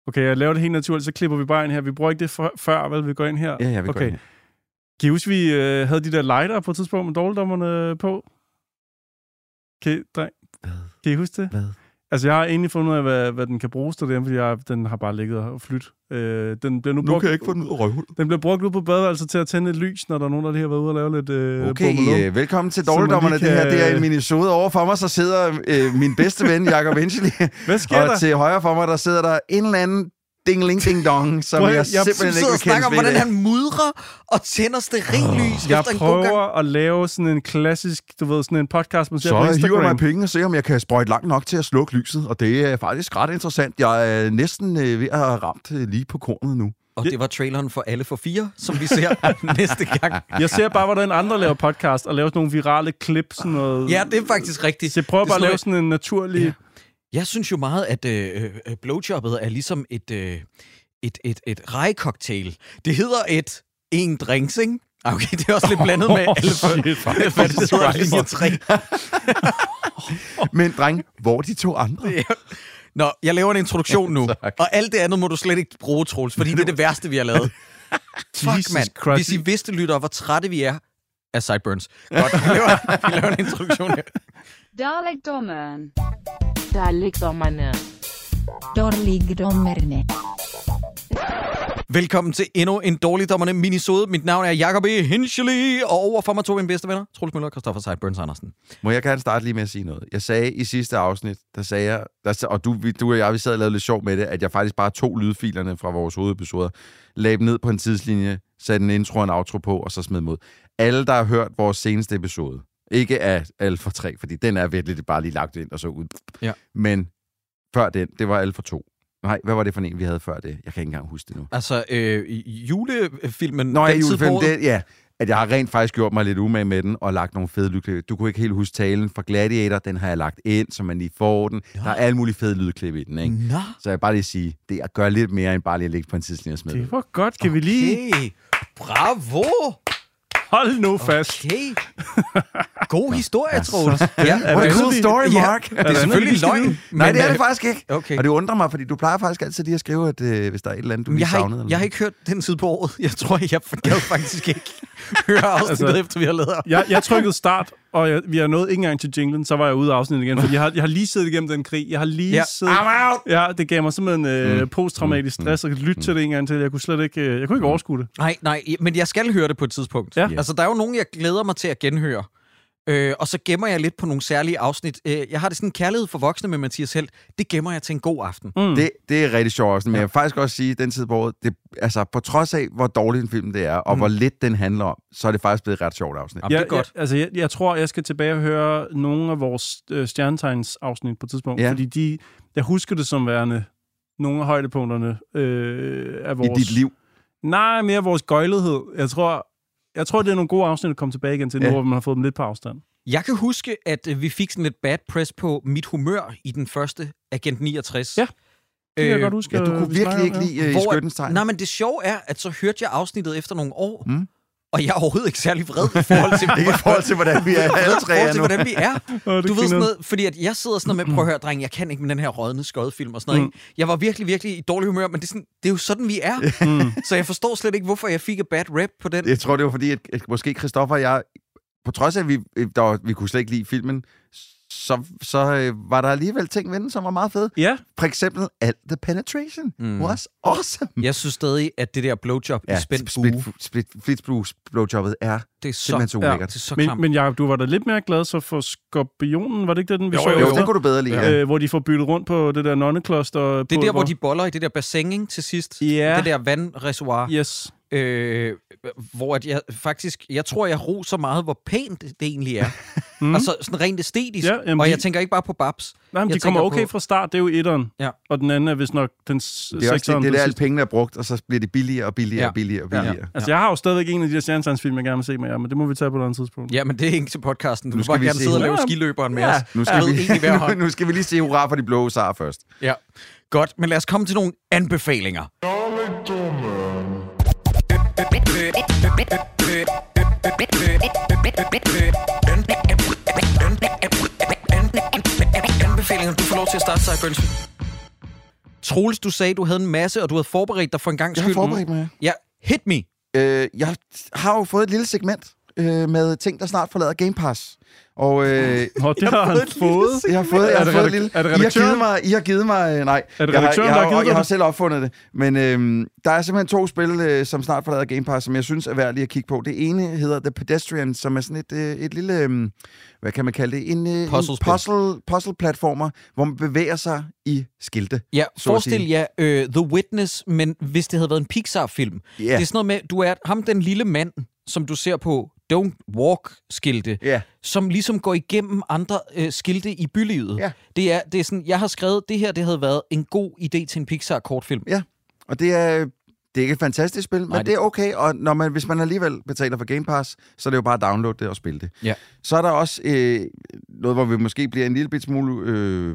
Okay, jeg laver det helt naturligt, så klipper vi bare ind her. Vi bruger ikke det før, vel? Vi går ind her. Ja, vi går ind her. Kan I huske, vi havde de der lighter på et tidspunkt med dårligdommerne på? Kan I huske det? Hvad? Altså, jeg har egentlig fundet ud af, hvad den kan bruges til det, fordi den har bare ligget og flyttet. Den bliver nu kan jeg ikke få den ud af røvhullet. Den bliver brugt ud på badeværelset til at tænde et lys, når der er nogen, der lige har været ude og lave lidt Okay, velkommen til Dårligdommerne. Det her det er en minisode. Over for mig, så sidder min bedste ven, Jacob Encely. Hvad sker der? Og til højre for mig, der sidder der en eller anden ding-ling-ding-dong, som jeg simpelthen ikke vil snakker om, hvordan han mudrer og tænder stearinlys jeg efter en god gang. Jeg prøver at lave sådan en klassisk, du ved, sådan en podcast, man ser på Instagram. Så hiver mig penge og ser, om jeg kan sprøjte langt nok til at slukke lyset, og det er faktisk ret interessant. Jeg er næsten ved at have ramt lige på kornet nu. Og det var traileren for Alle for 4, som vi ser næste gang. Jeg ser bare, hvordan andre laver podcast og laver sådan nogle virale klip. Sådan noget. Ja, det er faktisk rigtigt. Så jeg prøver bare at lave sådan en naturlig... Ja. Jeg synes jo meget, at blowjobbet er ligesom et rejecocktail. Det hedder en drinks, ikke? Okay, det er også lidt blandet med linje 3. Men dreng, hvor er de to andre? Nå, jeg laver en introduktion nu, og alt det andet må du slet ikke bruge, Troels, fordi det er det værste, vi har lavet. Fuck, mand. Hvis I vidste, lytter, hvor trætte vi er af sideburns. Godt, vi laver en introduktion her. Dårligdommerne. Velkommen til endnu en Dårligdommerne minisode. Mit navn er Jacob Encely, og overfor mig to mine bedste venner, Troels Møller og Christoffer Sideburns Andersen. Må jeg gerne starte lige med at sige noget? Jeg sagde i sidste afsnit, der sagde jeg, og du og jeg, vi sad og lavede lidt sjov med det, at jeg faktisk bare tog lydfilerne fra vores hovedepisoder, lagde dem ned på en tidslinje, satte en intro og en outro på, og så smed mod. Alle, der har hørt vores seneste episode, ikke af Alpha 3, fordi den er virkelig bare lige lagt ind og så ud. Ja. Men før den, det var Alpha 2. Nej, hvad var det for en, vi havde før det? Jeg kan ikke engang huske det nu. Altså, julefilmen... Nå, ja, julefilmen, det, ja. At jeg har rent faktisk gjort mig lidt umage med den, og lagt nogle fede lydklip. Du kunne ikke helt huske talen fra Gladiator, den har jeg lagt ind, så man lige får den. Ja. Der er alle mulige fede lydklip i den, ikke? Nå. Så jeg bare lige sige, det er at gøre lidt mere, end bare lige at lægge på en tidslinje og smide. Det var godt, kan vi lige... Bravo! Hold nu fast. Okay. God historie, Troels. Ja, what a cool story, Mark. Ja, det er selvfølgelig løgn. Nej, det er det faktisk ikke. Okay. Og det undrer mig, fordi du plejer faktisk altid lige at skrive, at hvis der er et eller andet, du lige savnede. Jeg har ikke hørt den tid på året. Jeg tror, jeg gad faktisk ikke høre afsnittet, efter vi har lavet. Jeg trykkede start, og vi har nået ikke engang til jinglen, så var jeg ude af afsnittet igen, for jeg har lige siddet igennem den krig. Jeg har lige siddet... Ja, det gav mig simpelthen posttraumatisk stress, og lytte til det en gang til. Jeg kunne ikke overskue det. Nej, men jeg skal høre det på et tidspunkt. Ja. Altså, der er jo nogen, jeg glæder mig til at genhøre. Og så gemmer jeg lidt på nogle særlige afsnit. Jeg har det sådan en kærlighed for voksne med Mathias Helt. Det gemmer jeg til en god aften. Det er rigtig sjovt. Men jeg vil faktisk også sige, at den tid på året, altså på trods af, hvor dårlig en film det er, og hvor lidt den handler om, så er det faktisk blevet et ret sjovt afsnit. Det er godt. Jeg tror, jeg skal tilbage og høre nogle af vores stjernetegns afsnit på et tidspunkt, fordi jeg husker det som værende nogle af højdepunkterne af vores... I dit liv? Nej, mere vores gøjlighed. Jeg tror, det er nogle gode afsnit at komme tilbage igen til, nu hvor man har fået dem lidt på afstand. Jeg kan huske, at vi fik sådan lidt bad press på mit humør i den første Agent 69. Ja, det kan jeg godt huske. Ja, du kunne virkelig ikke lide i Skyttens Tegn. Nej, men det sjove er, at så hørte jeg afsnittet efter nogle år, og jeg er overhovedet ikke særlig vred i forhold til, hvordan vi er alle tre nu. Hvordan vi er. Du ved sådan noget, fordi at jeg sidder sådan noget med, prøv at høre, dreng, jeg kan ikke med den her rådne skodfilm og sådan noget. Jeg var virkelig, virkelig i dårlig humør, men det er jo sådan, vi er. Så jeg forstår slet ikke, hvorfor jeg fik et bad rap på den. Jeg tror, det var fordi, at måske Christoffer og jeg, på trods af, at vi kunne slet ikke lide filmen, så var der alligevel ting ved den, som var meget fede. Ja. For eksempel, The Penetration was awesome. Jeg synes stadig, at det der blowjob i spændt bue... Flitsblues blowjobbet er simpelthen så ulækkert. Det er så klamt. Men Jacob, du var da lidt mere glad så for Skorpionen, var det ikke det, den vi så? Jo, det kunne du bedre lide. Hvor de får byttet rundt på det der nonnekloster. Det er der, hvor de boller i det der bassin til sidst. Ja. Det der vandreservoir. Yes. Hvor jeg tror, jeg roser meget, hvor pænt det egentlig er. Altså sådan rent æstetisk. Ja, og jeg tænker ikke bare på Babs. Nej, men de kommer okay fra start, det er jo etteren. Ja. Og den anden er vist nok den sekseren. Det er også det der, alle pengene er brugt, og så bliver det billigere og billigere og billigere og billigere. Ja. Altså, jeg har jo stadigvæk en af de der stjernetegnsfilm, jeg gerne vil se med jer, men det må vi tage på et andet tidspunkt. Ja, men det er ikke til podcasten. Du vil bare gerne sidde og lave skiløberen med os. Nu skal vi lige se hurra for de blå Sar først. Ja, godt. Men lad os komme til nogle anbefalinger. Anbefalinger. Du får lov til at starte, Sideburns. Troels, du sagde, du havde en masse, og du havde forberedt dig for en gang skyld. Jeg har forberedt mig. Ja, hit me. Jeg har jo fået et lille segment med ting, der snart forlader Game Pass. Og det har han fået. Jeg har fået et lille... Er det redaktøren? I har givet mig... Nej, er det redaktøren, der har givet dig? Jeg har selv opfundet det. Men der er simpelthen 2 spil, som snart forlader Game Pass, som jeg synes er værd lige at kigge på. Det ene hedder The Pedestrian, som er sådan et lille... hvad kan man kalde det? En puzzle-platformer, hvor man bevæger sig i skilte. Ja, forestil jer The Witness, men hvis det havde været en Pixar-film. Yeah. Det er sådan noget med, du er ham den lille mand, som du ser på Don't Walk-skilte, som ligesom går igennem andre skilte i bylivet. Yeah. Det er sådan, jeg har skrevet, det her det havde været en god idé til en Pixar-kortfilm. Ja, og det er ikke et fantastisk spil, men det er okay, og hvis man alligevel betaler for Game Pass, så er det jo bare at downloade det og spille det. Ja. Så er der også noget, hvor vi måske bliver en lille bit smule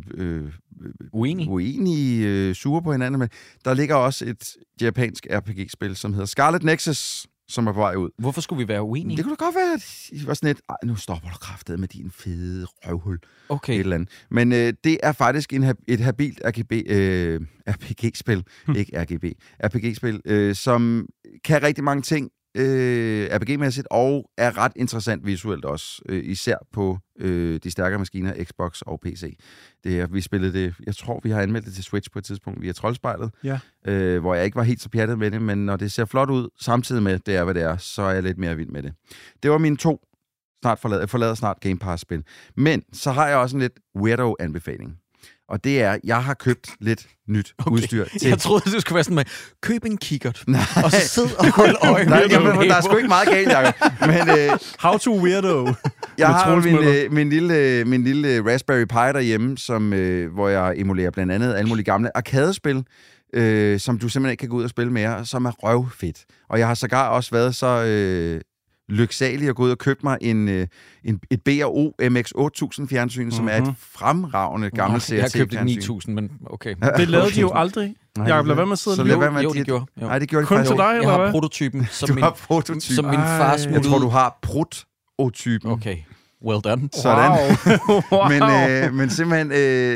uenige, sure på hinanden, men der ligger også et japansk RPG-spil, som hedder Scarlet Nexus, som er på vej ud. Hvorfor skulle vi være uenige? Det kunne da godt være, at I var sådan et, nu stopper du kraftedet med din fede røvhul. Okay. Et eller andet. Men det er faktisk et habilt RPG-spil, ikke RGB, RPG-spil, som kan rigtig mange ting RPG-mæssigt, og er ret interessant visuelt også, især på de stærkere maskiner, Xbox og PC. Det her, vi spillede det, jeg tror, vi har anmeldt det til Switch på et tidspunkt via Troldspejlet, hvor jeg ikke var helt så pjattet med det, men når det ser flot ud, samtidig med, det er, hvad det er, så er jeg lidt mere vild med det. Det var mine 2 forlader snart Game Pass-spil. Men så har jeg også en lidt weirdo-anbefaling. Og det er, jeg har købt lidt nyt udstyr til... Jeg troede, det skulle være sådan med, køb en kikkert, og så sid og hold øje med der er sgu ikke meget galt, Jacob. Men, how to weirdo. Jeg har min lille Raspberry Pi derhjemme, hvor jeg emulerer blandt andet alle mulige gamle arkadespil, som du simpelthen ikke kan gå ud og spille mere, som er røvfedt. Og jeg har sågar også været så... lyksalig at gå ud og købe mig et B&O MX8000 fjernsyn, som er et fremragende gammelt CRT-fjernsyn. Jeg har købt et 9000, men okay. Det lavede de jo aldrig. Jeg blev ved med at sidde og jo, det gjorde. Nej, det gjorde de kun til dig, eller hvad? Jeg har prototypen, som min far smuttede. Jeg tror, du har prototypen. Okay. Well done. Sådan. Wow. men simpelthen...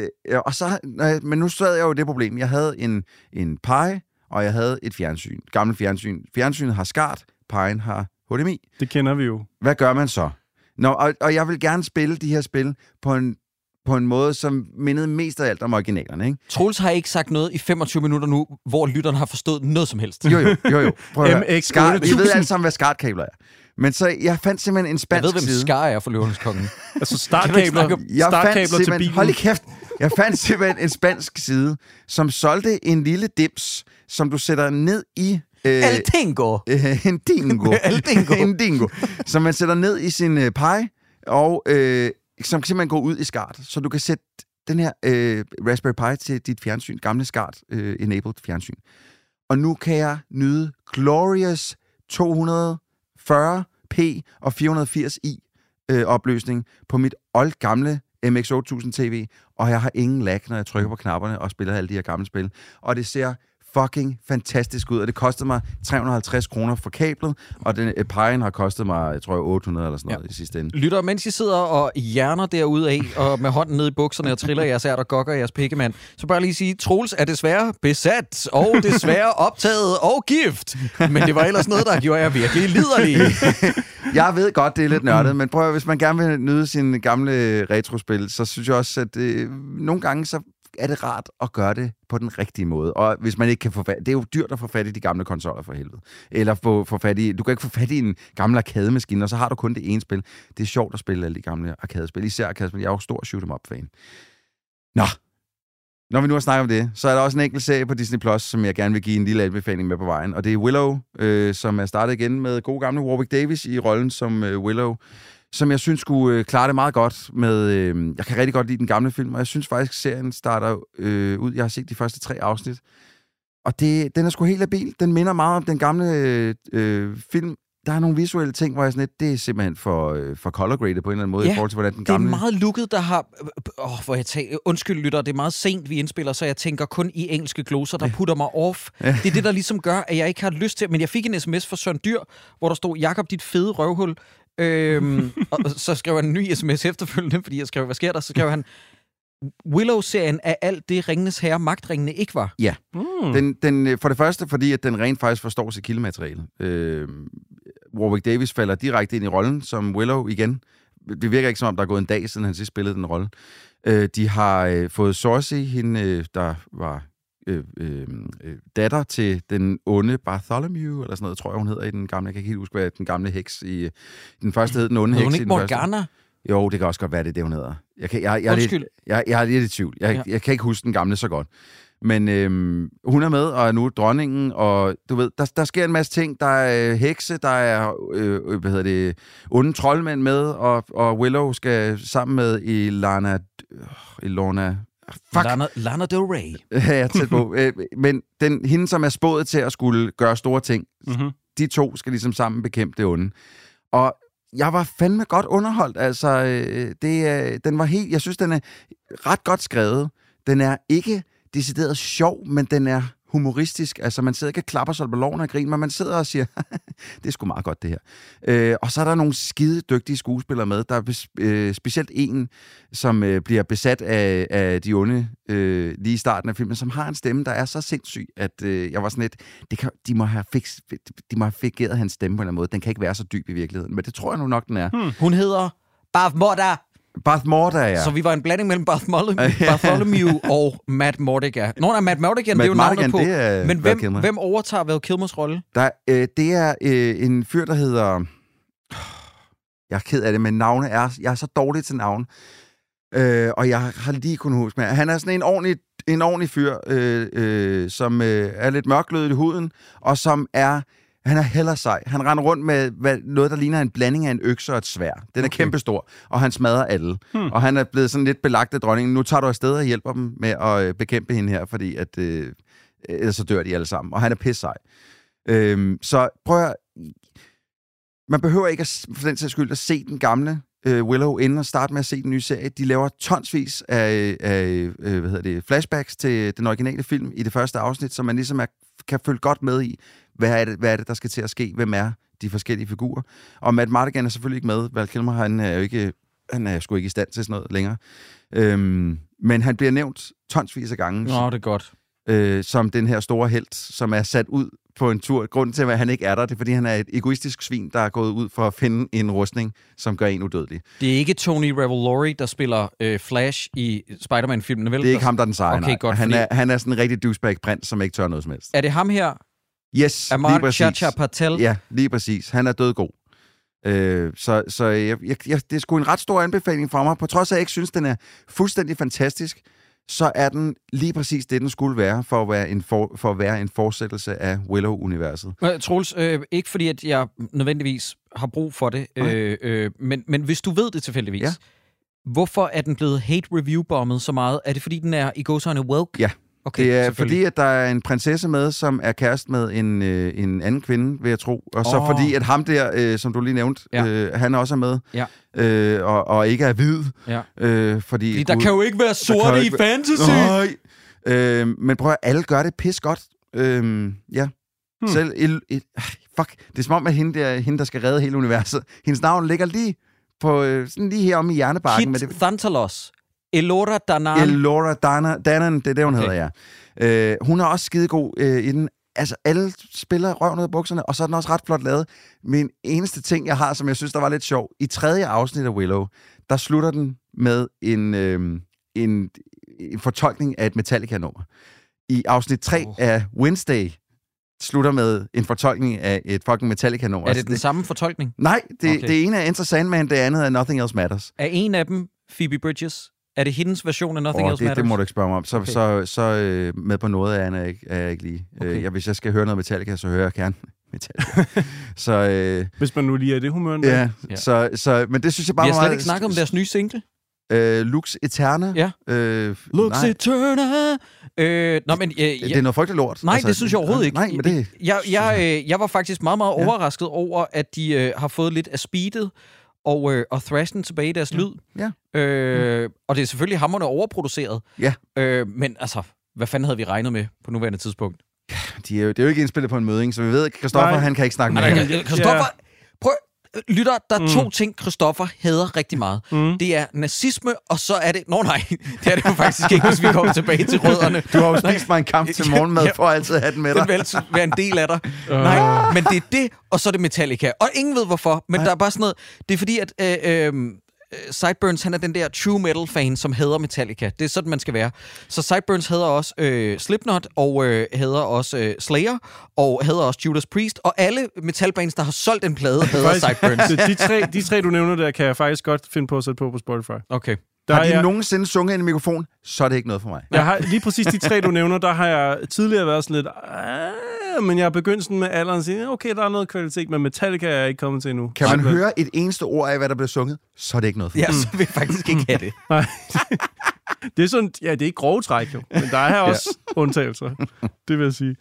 men nu sad jeg jo det problem. Jeg havde en Pi, og jeg havde et fjernsyn. Gammelt fjernsyn. Fjernsynet har SCART, Pi'en har HDMI. Det kender vi jo. Hvad gør man så? Og jeg vil gerne spille de her spil på en måde, som mindede mest af alt om originalerne, ikke? Troels har ikke sagt noget i 25 minutter nu, hvor lytteren har forstået noget som helst. Jo. Prøv at MX8000. Vi ved alle sammen, hvad SCART-kabler er. Men så, jeg fandt simpelthen en spansk side. Jeg ved, hvem Scar er for Løvernes-kongen. Altså startkabler til bilen. Hold i kæft. Jeg fandt simpelthen en spansk side, som solgte en lille dims, som du sætter ned i... El Dingo. En dingo. Som man sætter ned i sin Pi, og som simpelthen går ud i SCART. Så du kan sætte den her Raspberry Pi til dit fjernsyn, gamle SCART-enabled fjernsyn. Og nu kan jeg nyde glorious 240p og 480i opløsning på mit oldgamle MX8000 TV, og jeg har ingen lag, når jeg trykker på knapperne og spiller alle de her gamle spil. Og det ser fucking fantastisk ud, og det kostede mig 350 kroner for kablet, og den Pi'en har kostet mig, jeg tror, 800 eller sådan noget i sidste ende. Lytter, mens I sidder og hjerner derude af, og med hånden ned i bukserne og triller jeres ært og gokker jeres pikkemand, så bare lige sige, Troels er desværre besat, og desværre optaget og gift. Men det var ellers noget, der gjorde jer virkelig liderlige. Jeg ved godt, det er lidt nørdet, men prøv at, hvis man gerne vil nyde sine gamle retrospil, så synes jeg også, at nogle gange så er det rart at gøre det på den rigtige måde. Og hvis man ikke kan få fat... Det er jo dyrt at få fat i de gamle konsoller for helvede. Eller få fat i... Du kan ikke få fat i en gammel arkademaskine, og så har du kun det ene spil. Det er sjovt at spille alle de gamle arkadespil. Især arkadespil. Jeg er jo stor shoot-em-up-fan. Nå. Når vi nu har snakket om det, så er der også en enkelt serie på Disney+, Plus, som jeg gerne vil give en lille anbefaling med på vejen. Og det er Willow, som er startet igen med gode gamle Warwick Davis i rollen som Willow, som jeg synes skulle klare det meget godt med... jeg kan rigtig godt lide den gamle film, og jeg synes faktisk, serien starter ud... Jeg har set de første 3 afsnit, og den er sgu helt labil. Den minder meget om den gamle film. Der er nogle visuelle ting, hvor jeg sådan lidt, det er simpelthen for color-graded på en eller anden måde, i forhold til, hvordan den gamle... det er meget lukket, der har... Undskyld, lytter, det er meget sent, vi indspiller, så jeg tænker kun i engelske gloser, der putter mig off. Ja. Det er det, der ligesom gør, at jeg ikke har lyst til... Men jeg fik en sms fra Søren Dyr, hvor der stod, Jakob, dit fede røvhul. Og så skrev han en ny sms efterfølgende, fordi jeg skrev, hvad sker der? Så skrev han, Willow-serien er alt det, Ringenes Herre magtringene ikke var. Ja. Den, for det første, fordi at den rent faktisk forstår sit kildemateriale. Warwick Davis falder direkte ind i rollen som Willow igen. Det virker ikke som om, der er gået en dag, siden han sidst spillede den rolle. De har fået Cersei, hende, der var datter til den onde Bartholomew, eller sådan noget, tror jeg, hun hedder i den gamle. Jeg kan ikke helt huske, hvad den gamle heks i den første hed den onde heks. Hun ikke Morgana? Jo, det kan også godt være, det hun hedder. Jeg er lidt i tvivl. Jeg kan ikke huske den gamle så godt. Men hun er med, og er nu dronningen, og du ved, der sker en masse ting. Der er hekse, der er onde troldmænd med, og Willow skal sammen med Lana Del Rey. Ja, tæt på. Men hende, som er spået til at skulle gøre store ting, de to skal ligesom sammen bekæmpe det onde. Og jeg var fandme godt underholdt. Altså, den var helt... Jeg synes, den er ret godt skrevet. Den er ikke decideret sjov, men den er humoristisk. Altså, man sidder ikke og klapper sig på loven og griner, men man sidder og siger, det er sgu meget godt, det her. Og så er der nogle skide dygtige skuespillere med. Der er specielt en, som bliver besat af de onde lige i starten af filmen, som har en stemme, der er så sindssyg, at jeg var sådan lidt, de må have fikeret hans stemme på en eller anden måde. Den kan ikke være så dyb i virkeligheden, men det tror jeg nu nok, den er. Hun hedder Bath Morda, ja. Så vi var en blanding mellem Bartholomew og Matt Mordecai. Matt Mordecai, det er jo navnet på. Men hvem overtager Val Kilmers rolle? Det er en fyr, der hedder... Jeg er ked af det, men navne er... Jeg er så dårlig til navn. Og jeg har lige kunnet huske med. Han er sådan en ordentlig fyr, som er lidt mørklødet i huden, og som er... Han er heller sej. Han render rundt med noget, der ligner en blanding af en økse og et sværd. Den er kæmpestor, og han smadrer alle. Og han er blevet sådan lidt belagt af dronningen. Nu tager du afsted og hjælper dem med at bekæmpe hende her, fordi at, ellers så dør de alle sammen. Og han er pisse sej. Så prøv at... Man behøver ikke for den sags skyld at se den gamle Willow inden og starte med at se den nye serie. De laver tonsvis af flashbacks til den originale film i det første afsnit, så man ligesom kan følge godt med i, hvad er det, der skal til at ske? Hvem er de forskellige figurer? Og Matt Mordecai er selvfølgelig ikke med. Val Kilmer, han er sgu ikke i stand til sådan noget længere. Men han bliver nævnt tonsvis af gange. Det er godt. Som den her store helt, som er sat ud på en tur. Grunden til, at han ikke er der, det er, fordi han er et egoistisk svin, der er gået ud for at finde en rustning, som gør en udødelig. Det er ikke Tony Revolori, der spiller Flash i Spider-Man-filmene, vel? Det er ikke ham, der er den seje, okay, godt, han er sådan en rigtig douchebag-prins, som ikke tør noget som helst. Er det ham her? Yes, Amar lige præcis. Chacha Patel? Ja, lige præcis. Han er dødgod. Det er sgu en ret stor anbefaling fra mig. På trods af, at jeg ikke synes, den er fuldstændig fantastisk, så er den lige præcis det, den skulle være, for at være en fortsættelse af Willow-universet. Troels, ikke fordi, at jeg nødvendigvis har brug for det, men hvis du ved det tilfældigvis, hvorfor er den blevet hate-review-bommet så meget? Er det, fordi den er i gåseøjne woke? Ja. Okay, det er fordi, at der er en prinsesse med, som er kæreste med en anden kvinde, vil jeg tro. Og så fordi, at ham der, som du lige nævnte, han også er med, og ikke er hvid. Ja. Fordi der kan jo ikke være sorte i fantasy! Men prøv at alle gør det pis godt. Selv fuck, det er som om, at hende, der skal redde hele universet, hendes navn ligger lige på sådan lige heromme i hjernebarken. Kit Thanatos. Elora Danan, det er det, hun hedder, ja. Hun er også skidegod i den. Altså, alle spiller røven ud af bukserne, og så er den også ret flot lavet. Men eneste ting, jeg har, som jeg synes, der var lidt sjov, i 3. afsnit af Willow, der slutter den med en fortolkning af et Metallica-nummer. I afsnit 3 af Wednesday slutter med en fortolkning af et fucking Metallica-nummer. Er det den samme fortolkning? Nej, det ene er Enter Sandman, det andet er Nothing Else Matters. Er en af dem Phoebe Bridges? Er det hendes version af Nothing Else Matters? Det må du ikke spørge mig om. Så med på noget af er jeg ikke lige. Okay. Hvis jeg skal høre noget Metallica, så hører jeg gerne Metallica. Hvis man nu lige er det humør. Ja. Men det synes jeg bare vi har slet ikke snakket om deres nye single. Lux Eterna. Ja. Lux Eterna. Det er noget frygteligt lort. Nej, det synes jeg overhovedet ikke. Nej, men det... Jeg var faktisk meget, meget overrasket over, at de har fået lidt af speedet og thrashen tilbage i deres lyd. Ja. Og det er selvfølgelig hamrende overproduceret. Ja. Men altså, hvad fanden havde vi regnet med på nuværende tidspunkt? Det er jo ikke indspillet på en møding, så vi ved, Christoffer, han kan ikke snakke med. Christoffer, prøv, Lytter, der er 2 ting, Christoffer hader rigtig meget. Det er nazisme, og så er det... Nej, det er det jo faktisk ikke, hvis vi kommer tilbage til rødderne. Du har jo spist mig en kamp til morgenmad, for at altid have den med dig. Den vil altid være en del af dig. Nej, men det er det, og så er det Metallica. Og ingen ved hvorfor, men der er bare sådan noget... Det er fordi, at... Sideburns, han er den der true metal-fan, som hader Metallica. Det er sådan, man skal være. Så Sideburns hader også Slipknot, og hader også Slayer, og hader også Judas Priest, og alle metalbands, der har solgt en plade, hader Sideburns. De tre, du nævner der, kan jeg faktisk godt finde på at sætte på Spotify. Okay. Har de nogensinde sunget ind i mikrofon, så er det ikke noget for mig. Jeg har lige præcis de 3, du nævner, der har jeg tidligere været sådan lidt... men jeg er begyndt sådan med alderen at sige, okay, der er noget kvalitet, men Metallica er jeg ikke kommet til endnu. Kan man høre et eneste ord af, hvad der bliver sunget, så er det ikke noget for mig. Ja, så vil jeg faktisk ikke have det. Nej. Det er sådan, ja, det er ikke grove træk, jo, men der er her også undtagelser. Det vil jeg sige.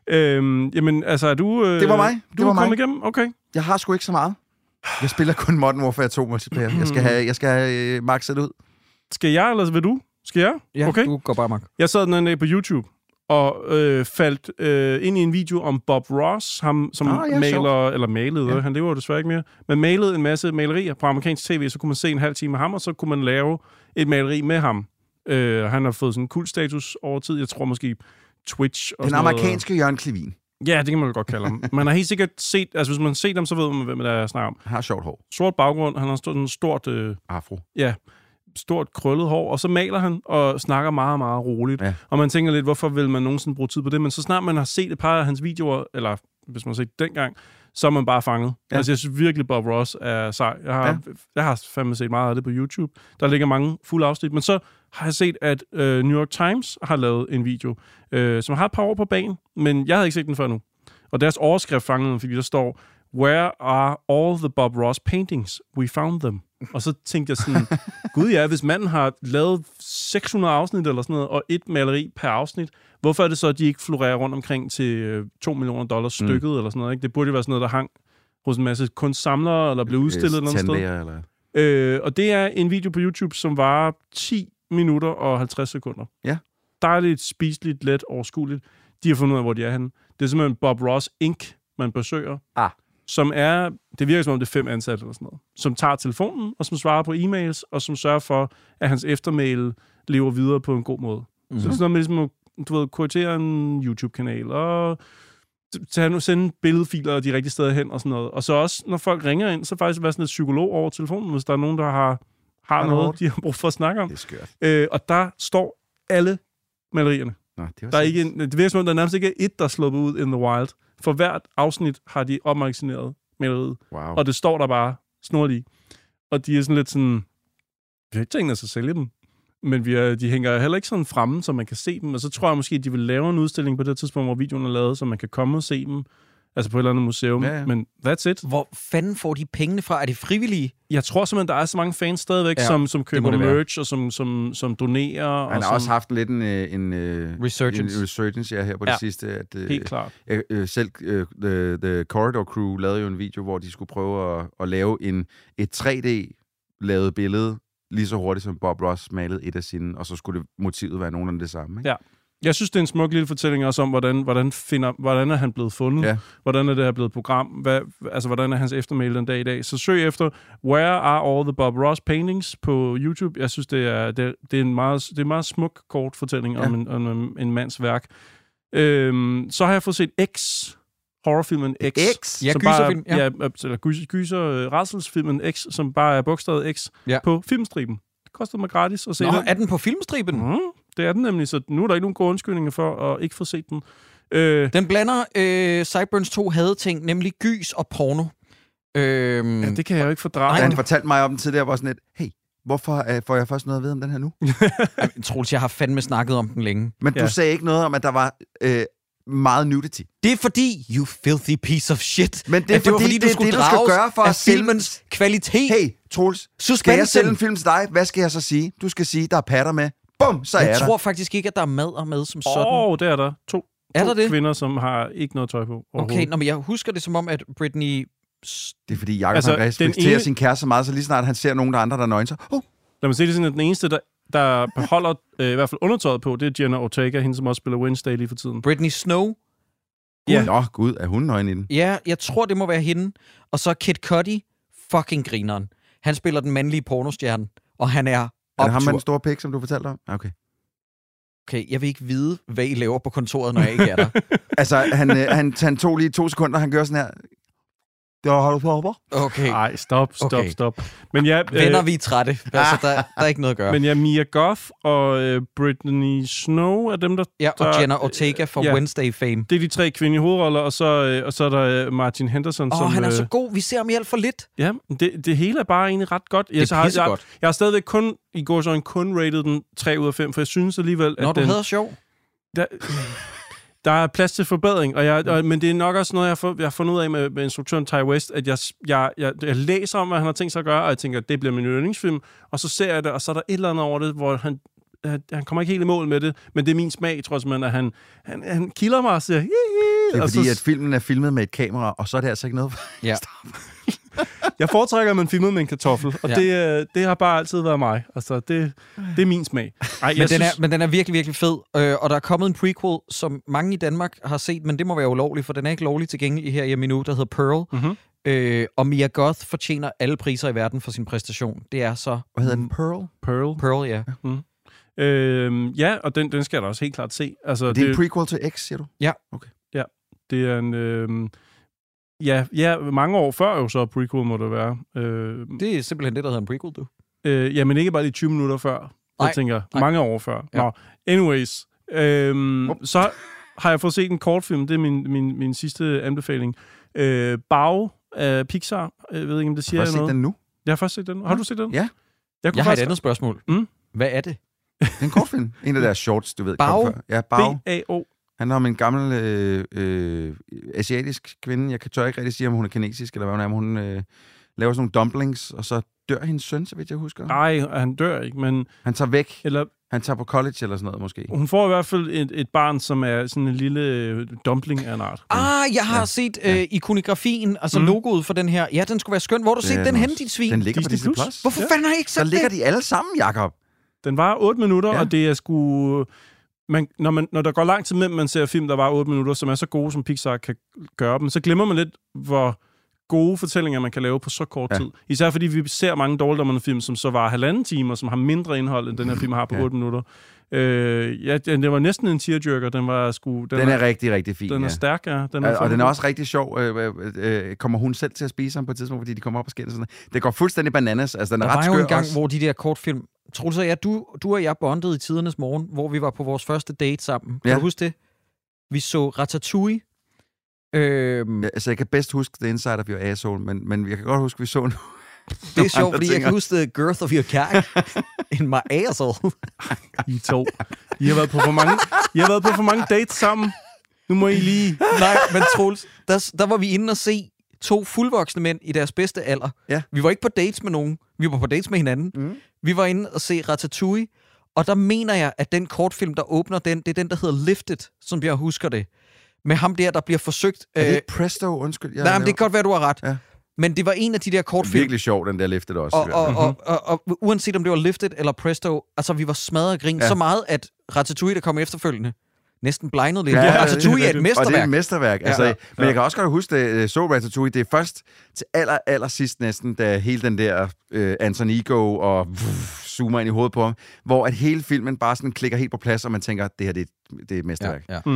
Jamen, altså, er du... det var mig. Du er kommet igennem? Okay. Jeg har sgu ikke så meget. Jeg spiller kun Modern Warfare 2 multiplayer. Jeg skal have maxet ud. Skal jeg, eller vil du? Skal jeg? Ja, okay. Du går bare, Mark. Jeg sad den anden på YouTube og faldt ind i en video om Bob Ross, ham som maler, eller malede, han lever jo desværre ikke mere, men malede en masse malerier på amerikansk tv, så kunne man se en halv time af ham, og så kunne man lave et maleri med ham. Han har fået sådan en kultstatus over tid. Jeg tror måske Twitch og den amerikanske Jørgen Clevin. Ja, det kan man godt kalde ham. Man har helt sikkert set, altså hvis man har set dem, så ved man, hvem der er snakker om. Han har sjovt hår. Sort baggrund, han har sådan en stort... afro. Ja, stort krøllet hår, og så maler han og snakker meget, meget roligt. Ja. Og man tænker lidt, hvorfor vil man nogensinde bruge tid på det? Men så snart man har set et par af hans videoer, eller hvis man har set det dengang, så er man bare fanget. Ja. Altså, jeg synes virkelig, Bob Ross er sej. Jeg har fandme set meget af det på YouTube. Der ligger mange fulde afsnit. Men så har jeg set, at New York Times har lavet en video, som har et par år på banen, men jeg havde ikke set den før nu. Og deres overskrift fangede, fordi der står, "Where are all the Bob Ross paintings? We found them." Og så tænkte jeg sådan, gud ja, hvis manden har lavet 600 afsnit eller sådan noget, og et maleri per afsnit, hvorfor er det så, at de ikke florerer rundt omkring til $2 millioner stykket eller sådan noget? Ikke? Det burde jo være sådan noget, der hang hos en masse kunstsamlere, eller blev udstillet eller noget sted. Eller... og det er en video på YouTube, som varer 10 minutter og 50 sekunder. Ja. Dejligt, spiseligt, let, overskueligt. De har fundet ud af, hvor de er henne. Det er simpelthen Bob Ross Inc., man besøger. Som er, det virker som om det er 5 ansatte eller sådan noget, som tager telefonen, og som svarer på e-mails, og som sørger for, at hans eftermail lever videre på en god måde. Mm-hmm. Så det er sådan noget med, ligesom, kuratere en YouTube-kanal, og sende billedfiler de rigtige steder hen, og sådan noget. Og så også, når folk ringer ind, så faktisk være sådan et psykolog over telefonen, hvis der er nogen, der har noget, de har brug for at snakke om. Det er skørt. Og der står alle malerierne. Nå, der er ikke det virker som om, der nærmest ikke er et, der er sluppet ud in the wild. For hvert afsnit har de opmagasineret maleriet. Wow. Og det står der bare snorlige. Og de er sådan lidt sådan, vi har ikke tænkt os at sælge dem. Men de hænger heller ikke sådan fremme, så man kan se dem. Og så tror jeg måske, at de vil lave en udstilling på det tidspunkt, hvor videoen er lavet, så man kan komme og se dem. Altså på et eller andet museum. Ja. Men that's it. Hvor fanden får de pengene fra? Er det frivillige? Jeg tror simpelthen, der er så mange fans stadigvæk, som køber merch og som donerer. Han har også haft lidt en resurgence her på det sidste. At, helt klart. Selv The Corridor Crew lavede jo en video, hvor de skulle prøve at lave et 3D-lavet billede, lige så hurtigt som Bob Ross malede et af sine, og så skulle motivet være nogenlunde det samme. Ikke? Ja. Jeg synes, det er en smuk lille fortælling også om, hvordan er han blevet fundet, hvordan er det her blevet program, hvordan er hans eftermæle den dag i dag. Så søg efter Where are all the Bob Ross paintings på YouTube. Jeg synes, det er en meget smuk kort fortælling om en mands værk. Så har jeg fået set X, horrorfilmen X. Ja, gyserfilm. Rædselsfilmen X, som bare er bogstavet X på Filmstriben. Det kostede mig gratis at se den. Er den på Filmstriben? Det er den nemlig, så nu er der ikke nogen gode undskyldninger for at ikke få set den. Den blander Sideburns 2 hadeting, nemlig gys og porno. Ja, det kan jeg jo ikke fordrage. Han fortalte mig om den tidligere, hvor sådan et, hey, hvorfor får jeg først noget at vide om den her nu? Troels, jeg har fandme snakket om den længe. Men du sagde ikke noget om, at der var meget nudity. Det er fordi, you filthy piece of shit. Men det er fordi, du skulle gøre for at filmens kvalitet. Hey, Troels, skal jeg sælge en film til dig? Hvad skal jeg så sige? Du skal sige, der er patter med. Bum, så er der. Jeg tror faktisk ikke, at der er mad og med som sådan. Det er der. To kvinder, som har ikke noget tøj på. Okay, men jeg husker det som om, at Britney... Det er fordi, Jacob respekterer sin kæreste så meget, så lige snart han ser nogen, der andre, der nøgen sig. Lad mig sige det sådan, at den eneste, der beholder i hvert fald undertøjet på, det er Jenna Ortega, hende som også spiller Wednesday lige for tiden. Britney Snow? Ja. Nå, gud, er hun nøgen i den? Ja, jeg tror, det må være hende. Og så Kid Cudi fucking grineren. Han spiller den mandlige pornostjerne, og han er optur. Er det ham med den store pik, som du fortalte om? Okay. Okay, jeg vil ikke vide, hvad I laver på kontoret, når jeg ikke er der. Altså, han tog lige 2 sekunder, han gør sådan her. Det har du på. Okay. Nej, stop. Men ja, venner, vi er trætte. Altså, der er ikke noget at gøre. Men ja, Mia Goth og Brittany Snow er dem, der... Ja, og Jenna Ortega fra Wednesday fame. Det er de 3 kvindelige hovedroller, og så er der Martin Henderson, som... han er så god. Vi ser ham i alt for lidt. Ja, det hele er bare egentlig ret godt. Det er pissegodt. Jeg har stadigvæk kun rated den 3 ud af 5, for jeg synes alligevel, at du havde sjov. Der er plads til forbedring, men det er nok også noget, jeg har fundet ud af med instruktøren Ty West, at jeg læser om, hvad han har tænkt sig at gøre, og jeg tænker, at det bliver min yndlingsfilm, og så ser jeg det, og så er der et eller andet over det, hvor han kommer ikke helt i mål med det, men det er min smag, tror jeg, at han kilder mig og siger... Det er fordi, at filmen er filmet med et kamera, og så er det altså ikke noget... Ja. Jeg foretrækker, at man filmer med en kartoffel, og det har bare altid været mig. Altså, det er min smag. Ej, men den er virkelig, virkelig fed, og der er kommet en prequel, som mange i Danmark har set, men det må være ulovligt, for den er ikke lovligt tilgængelig her hjemme endnu, der hedder Pearl. Mm-hmm. Og Mia Goth fortjener alle priser i verden for sin præstation. Det er så... Hvad hedder den? Pearl? Pearl, ja. Mm. Ja, og den skal jeg da også helt klart se. Altså, det er en prequel til X, siger du? Ja. Okay. Ja, det er en... Ja, mange år før jo så prequel må det være. Det er simpelthen det, der hedder en prequel, du. Ja, men ikke bare lige 20 minutter før. Jeg tænker, mange år før. Ja. Nå, anyways. Så har jeg fået set en kortfilm. Det er min sidste anbefaling. Bao af Pixar. Jeg ved ikke, om det siger noget. Har du set den nu? Jeg har først set den. Har du set den? Ja. Jeg har et andet spørgsmål. Hvad er det? Det er en kortfilm. En af deres shorts, du ved. Bao? Ja, Bao. B-A-O. Han er om en gammel asiatisk kvinde. Jeg tør ikke rigtig sige, om hun er kinesisk, eller hvad hun er. Hun laver sådan nogle dumplings, og så dør hendes søn, så vidt jeg husker. Nej, han dør ikke, men... Han tager væk. Eller... Han tager på college eller sådan noget, måske. Hun får i hvert fald et barn, som er sådan en lille dumpling af en art. Jeg har set ikonografien, altså logoet for den her. Ja, den skulle være skøn. Hvor har du set den henne, dit svin? Den ligger på Disney+. Hvorfor fanden har I ikke set det? Der ligger de alle sammen, Jacob. Den var 8 minutter, og det er sgu... Når der går lang tid med, man ser film, der var 8 minutter, som er så gode, som Pixar kan gøre dem, så glemmer man lidt, hvor gode fortællinger, man kan lave på så kort tid. Især fordi vi ser mange dårligdommerne film, som så var 1,5 time, og som har mindre indhold, end den her film har på 8 minutter. Det var næsten en tearjerker. Den er rigtig, rigtig fin. Den er stærk, ja. Og den er også rigtig sjov. Kommer hun selv til at spise ham på et tidspunkt, fordi de kommer op og skændes sådan. Det går fuldstændig bananas. Altså, den er ret skør. Der var jo en gang, hvor de der kortfilm... Troels og jeg, du og jeg bondede i tidernes morgen, hvor vi var på vores første date sammen. Kan du huske det? Vi så Ratatouille. Altså, jeg kan bedst huske The Inside of Your Asshole, men jeg kan godt huske, vi så nu. Det er sjovt, fordi jeg kan huske the girth of your cock in my asshole. I to. I har været på for mange dates sammen. Nu må I lige... Nej, men Troels, der var vi inde og se 2 fuldvoksne mænd i deres bedste alder. Ja. Vi var ikke på dates med nogen. Vi var på dates med hinanden. Mm. Vi var inde og se Ratatouille, og der mener jeg, at den kortfilm, der åbner den, det er den, der hedder Lifted, som jeg husker det. Med ham der bliver forsøgt... Er det Presto? Undskyld. Nej, men det kan godt være, du har ret. Ja. Men det var en af de der kortfilm. Virkelig sjov, den der Lifted også. Og uanset om det var Lifted eller Presto, altså vi var smadret og grin så meget, at Ratatouille, der kom efterfølgende, næsten blindede lidt. Ja, Ratatouille er et mesterværk. Og det er et mesterværk. Altså, men jeg kan også godt huske, at så Ratatouille, det er først til aller sidst næsten, da hele den der Anton Ego og zoomer ind i hovedet på ham, hvor at hele filmen bare sådan klikker helt på plads, og man tænker, det her det er et mesterværk. Ja.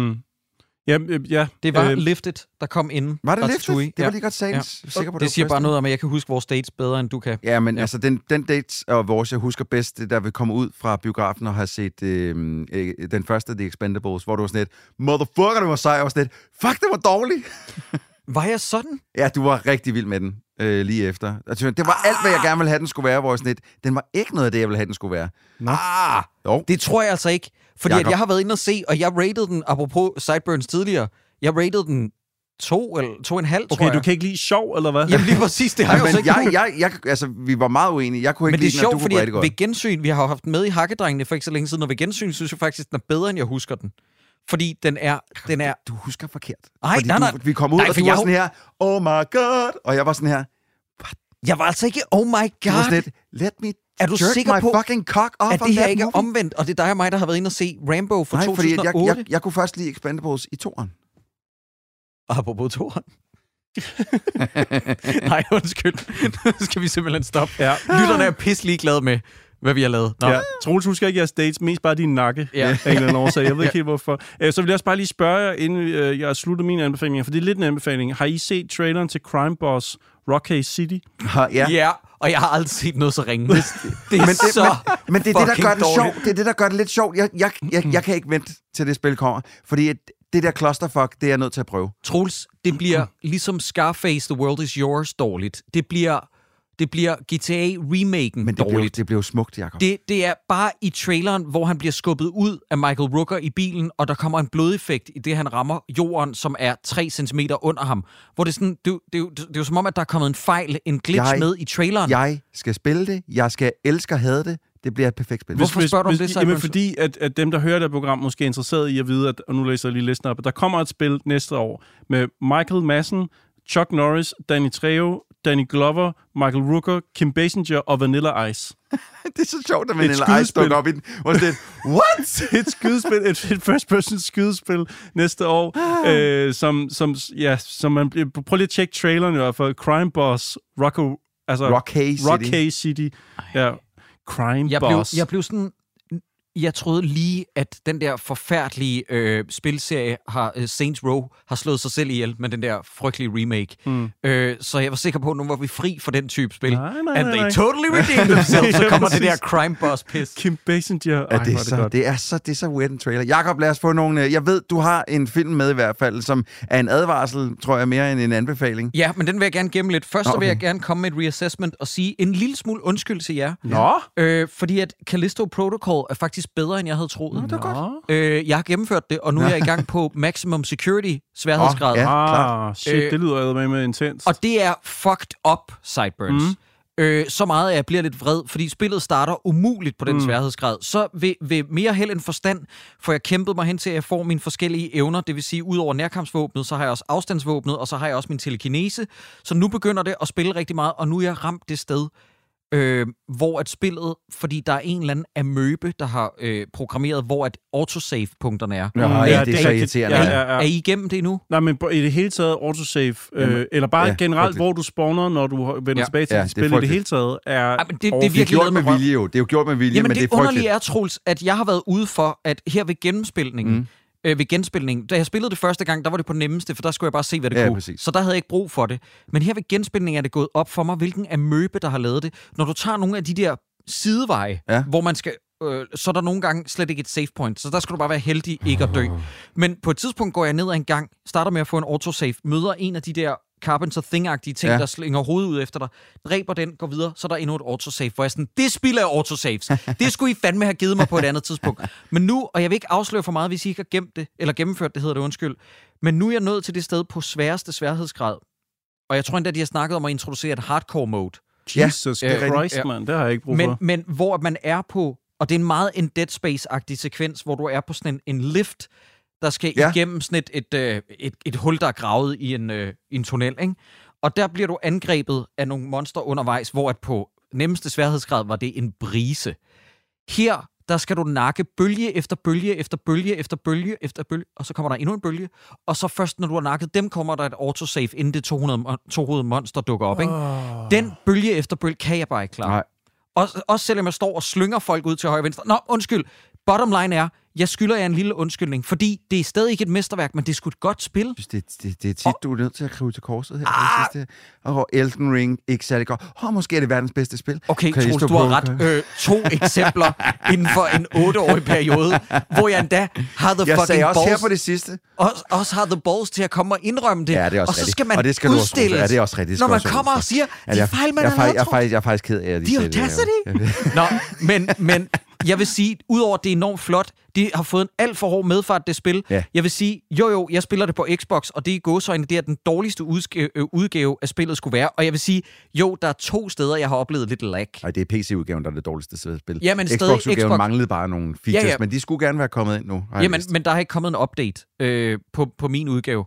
Ja. Det var Lifted, der kom inden. Var det Lifted? Det var lige godt sagt. Det siger bare noget om, at jeg kan huske vores dates bedre, end du kan. Ja, men altså, den dates og vores, jeg husker bedst, det der vi komme ud fra biografen og have set den første The Expendables, hvor du var sådan lidt, motherfucker, det var sej, og var sådan lidt, fuck, det var dårligt. Var jeg sådan? Ja, du var rigtig vild med den lige efter. Det var alt, hvad jeg gerne ville have, den skulle være, hvor jeg sådan lidt, den var ikke noget af det, jeg ville have, den skulle være. Jo. Det tror jeg altså ikke. Fordi at jeg har været inde og se, og jeg rated den, apropos Sideburns tidligere, jeg rated den 2 eller 2,5, tror jeg. Okay, du kan ikke lide sjov, eller hvad? Jamen lige præcis, det har jeg også ikke. Altså, vi var meget uenige. Jeg kunne ikke lide den, men det er sjovt, fordi ved gensyn, vi har haft den med i Hakkedrengene for ikke så længe siden, og ved gensyn synes jeg faktisk, den er bedre, end jeg husker den. Fordi den er... Du husker forkert. Nej. Vi kom ud, og du var sådan her, oh my god, og jeg var sådan her, what? Jeg var altså ikke, oh my god. Du var sådan lidt, let me er du sikker på, fucking cock off at det her ikke er omvendt, og det er dig og mig, der har været inde og se Rambo fra 2008? Nej, fordi jeg kunne først lide Expendables i 2'eren. Apropos 2'eren. Nej, undskyld. Nu skal vi simpelthen stoppe. Ja. Lytterne er pisselig glade med, hvad vi har lavet. Ja. Troels, husker ikke jeres dates, mest bare din nakke af en eller anden årsag. Jeg ved ikke helt, hvorfor. Så vil jeg også bare lige spørge jer, inden jeg slutter mine anbefalinger, for det er lidt en anbefaling. Har I set traileren til Crime Boss Rockay City? Ja, og jeg har aldrig set noget så ringe. Det er så men det er det, der gør det sjovt. Det er det, der gør det lidt sjovt. Jeg kan ikke vente til det spil kommer, fordi det der clusterfuck, det er jeg nødt til at prøve. Troels, det bliver ligesom Scarface, The World Is Yours dårligt. Det bliver GTA-remaken dårligt. Det bliver jo smukt, Jacob. Det er bare i traileren, hvor han bliver skubbet ud af Michael Rooker i bilen, og der kommer en blodeffekt i det, han rammer jorden, som er 3 cm under ham. Hvor det er sådan, det er jo som om, at der er kommet en fejl, en glitch med i traileren. Jeg skal spille det. Jeg skal elske og hade det. Det bliver et perfekt spil. Hvorfor spørger du om det, Jamen, fordi at dem, der hører det program, måske er interesseret i at vide, og nu læser jeg lige listen op, at der kommer et spil næste år med Michael Madsen, Chuck Norris, Danny Trejo, Danny Glover, Michael Rooker, Kim Basinger og Vanilla Ice. Det er så sjovt, at Vanilla Ice dukker op i den. What? Et skydespil, et first-person skydespil næste år, som man bliver... Prøv lige at tjekke traileren i hvert fald. Crime Boss, Rockay City. Ja, Crime Boss. Jeg blev sådan... Jeg troede lige, at den der forfærdelige spilserie Saints Row har slået sig selv ihjel med den der frygtelige remake. Så jeg var sikker på, at nu var vi fri for den type spil. Nej. They totally redeemed themselves. Så kommer det der Crime Boss piss. Kim Basinger. Det er så weird en trailer. Jakob, lad os få nogle... Jeg ved, du har en film med i hvert fald, som er en advarsel, tror jeg, mere end en anbefaling. Ja, men den vil jeg gerne gemme lidt. Først så vil jeg gerne komme med et reassessment og sige en lille smule undskyld til jer. Fordi at Callisto Protocol er faktisk bedre, end jeg havde troet. Det var godt. Jeg har gennemført det, og nu er jeg i gang på Maximum Security sværhedsgrad. Shit, det lyder med intens. Og det er fucked up, Sideburns. Så meget, at jeg bliver lidt vred, fordi spillet starter umuligt på den sværhedsgrad. Så ved mere held end forstand får jeg kæmpet mig hen til, at jeg får mine forskellige evner. Det vil sige, ud over nærkampsvåbnet, så har jeg også afstandsvåbnet, og så har jeg også min telekinese. Så nu begynder det at spille rigtig meget, og nu er jeg ramt det sted, hvor at spillet, fordi der er en eller anden amøbe, der har programmeret, hvor at autosave-punkterne er. Det er så irriterende. Er I igennem det nu? Nej, men i det hele taget autosave, eller bare generelt, hvor du spawner, når du vender tilbage til dit spil, i det hele taget er... Det er virkelig gjort med vilje jo. Det er jo gjort med vilje, jamen, men det er frygteligt. Underlige er, Troels, at jeg har været ude for, at her ved genspilningen, da jeg spillede det første gang, der var det på nemmeste, for der skulle jeg bare se, hvad det kunne. Præcis. Så der havde jeg ikke brug for det. Men her ved genspilningen er det gået op for mig, hvilken amøbe, der har lavet det. Når du tager nogle af de der sideveje, hvor man skal... så er der nogle gange slet ikke et save point, så der skal du bare være heldig ikke at dø. Men på et tidspunkt går jeg ned ad en gang, starter med at få en autosave, møder en af de der Carpenter Thing-agtige ting, der slinger hovedet ud efter dig, dræber den, går videre, så er der endnu et autosave, hvor jeg sådan, det spiller af autosaves. Det skulle I fandme have givet mig på et andet tidspunkt. Men nu, og jeg vil ikke afsløre for meget, hvis I ikke har gemt det, eller gennemført det, hedder det, undskyld. Men nu er jeg nået til det sted på sværeste sværhedsgrad. Og jeg tror endda, de har snakket om at introducere et hardcore mode. Jesus Christ, man, det har jeg ikke brug for. Men hvor man er på, og det er en meget en Dead Space-agtig sekvens, hvor du er på sådan en lift, der skal igennem sådan et hul, der er gravet i en tunnel, ikke? Og der bliver du angrebet af nogle monster undervejs, hvor at på nemmeste sværhedsgrad var det en brise. Her, der skal du nakke bølge efter bølge efter bølge efter bølge efter bølge, og så kommer der endnu en bølge, og så først, når du har nakket dem, kommer der et autosave, inden det 200 monster dukker op, ikke? Den bølge efter bølge kan jeg bare ikke klare. Også selvom jeg står og slynger folk ud til højre og venstre. Nå, undskyld. Bottom line er, jeg skylder jer en lille undskyldning, fordi det er stadig ikke et mesterværk, men det er sgu et godt spil. Det er tit, du er nødt til at krybe til korset her. Og Elden Ring, ikke særlig godt. Måske er det verdens bedste spil. Okay, Troels, du har ret. 2 eksempler inden for en 8-årig periode, hvor jeg endda har the fucking balls. Jeg sagde også her på det sidste. Også har the balls til at komme og indrømme det. Ja, det er også og så skal man udstilles. Ja, det er også rigtigt. Når man kommer og siger, de fejl, man har lavet. Jeg er faktisk ked af, at de siger det. Nå, men jeg vil sige, udover at det er enormt flot, de har fået en alt for hård medfart, det spil. Ja. Jeg vil sige, jeg spiller det på Xbox, og det i gåseøjne, det er den dårligste udgave af spillet skulle være. Og jeg vil sige, der er 2 steder, jeg har oplevet lidt lag. Nej, det er PC-udgaven, der er det dårligste spil. Ja, men Xbox-udgaven manglede bare nogle features, men de skulle gerne være kommet ind nu. Men der har ikke kommet en update på min udgave.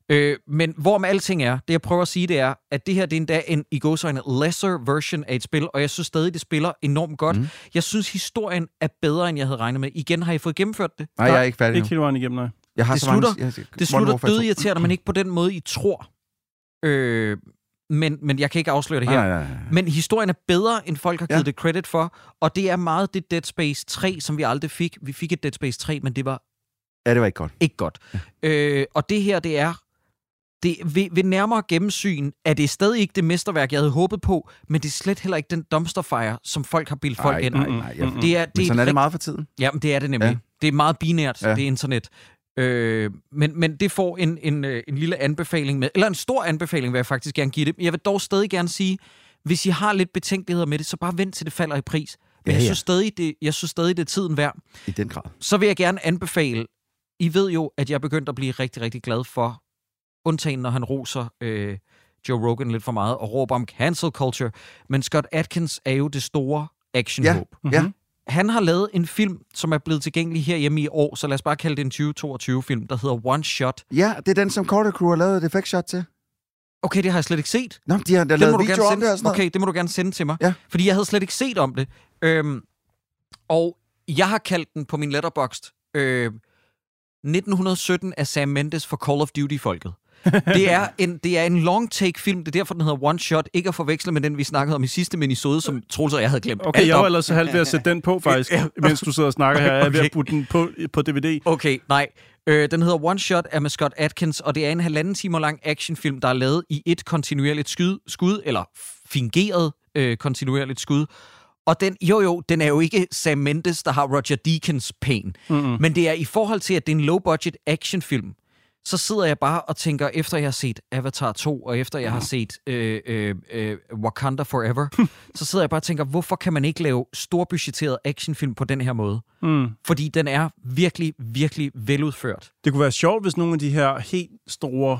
Men hvor med alting er, det jeg prøver at sige, det er, at det her det er endda en i gåseøjne lesser version af et spil, og jeg synes stadig, det spiller enormt godt. Jeg synes, historien er bedre, end jeg havde regnet med. Igen, har I fået gennemført det? Nej, jeg er ikke færdig nu. Ikke helt vejen igennem, nej. Det slutter dødirriterende, men ikke på den måde, I tror. Men jeg kan ikke afsløre det her. Nej. Men historien er bedre, end folk har givet det credit for, og det er meget det Dead Space 3, som vi aldrig fik. Vi fik et Dead Space 3, men det var... Ja, det var ikke godt. Ikke godt. Og det her, det er... Ved nærmere gennemsyn er det stadig ikke det mesterværk, jeg havde håbet på, men det er slet heller ikke den dumpsterfire, som folk har bildt folk ind. Nej. Men sådan er det meget for tiden. Ja, men det er det nemlig. Ja. Det er meget binært, det internet. Men det får en lille anbefaling med, eller en stor anbefaling, vil jeg faktisk gerne give det. Jeg vil dog stadig gerne sige, hvis I har lidt betænkeligheder med det, så bare vent til det falder i pris. Men jeg synes stadig, det er tiden værd. I den grad. Så vil jeg gerne anbefale, I ved jo, at jeg er begyndt at blive rigtig, rigtig glad for, undtagen når han roser Joe Rogan lidt for meget og råber om cancel culture, men Scott Adkins er jo det store actionhåb. Ja. Han har lavet en film, som er blevet tilgængelig herhjemme i år, så lad os bare kalde det en 2022-film, der hedder One Shot. Ja, det er den, som Carter Crew har lavet et effect shot til. Okay, det har jeg slet ikke set. Nå, de har lavet video om det og sådan noget. Okay, det må du gerne sende til mig. Ja. Fordi jeg havde slet ikke set om det. Og jeg har kaldt den på min Letterboxd 1917 af Sam Mendes for Call of Duty-folket. Det er en long take film, det er derfor, den hedder One Shot, ikke at forveksle med den, vi snakkede om i sidste minisode, som Troels og jeg havde glemt. Okay, jeg var ellers halvt ved at sætte den på, faktisk, mens du sidder og snakker her. Jeg er ved at putte den på DVD. Okay, nej. Den hedder One Shot, er med Scott Adkins, og det er en 1,5 timer lang actionfilm, der er lavet i et kontinuerligt skud, eller fingeret kontinuerligt skud. Og den er jo ikke Sam Mendes, der har Roger Deakins pain. Men det er i forhold til, at det er en low-budget actionfilm, så sidder jeg bare og tænker, efter jeg har set Avatar 2, og efter jeg har set Wakanda Forever, så sidder jeg bare og tænker, hvorfor kan man ikke lave storbudgetteret actionfilm på den her måde? Fordi den er virkelig, virkelig veludført. Det kunne være sjovt, hvis nogle af de her helt store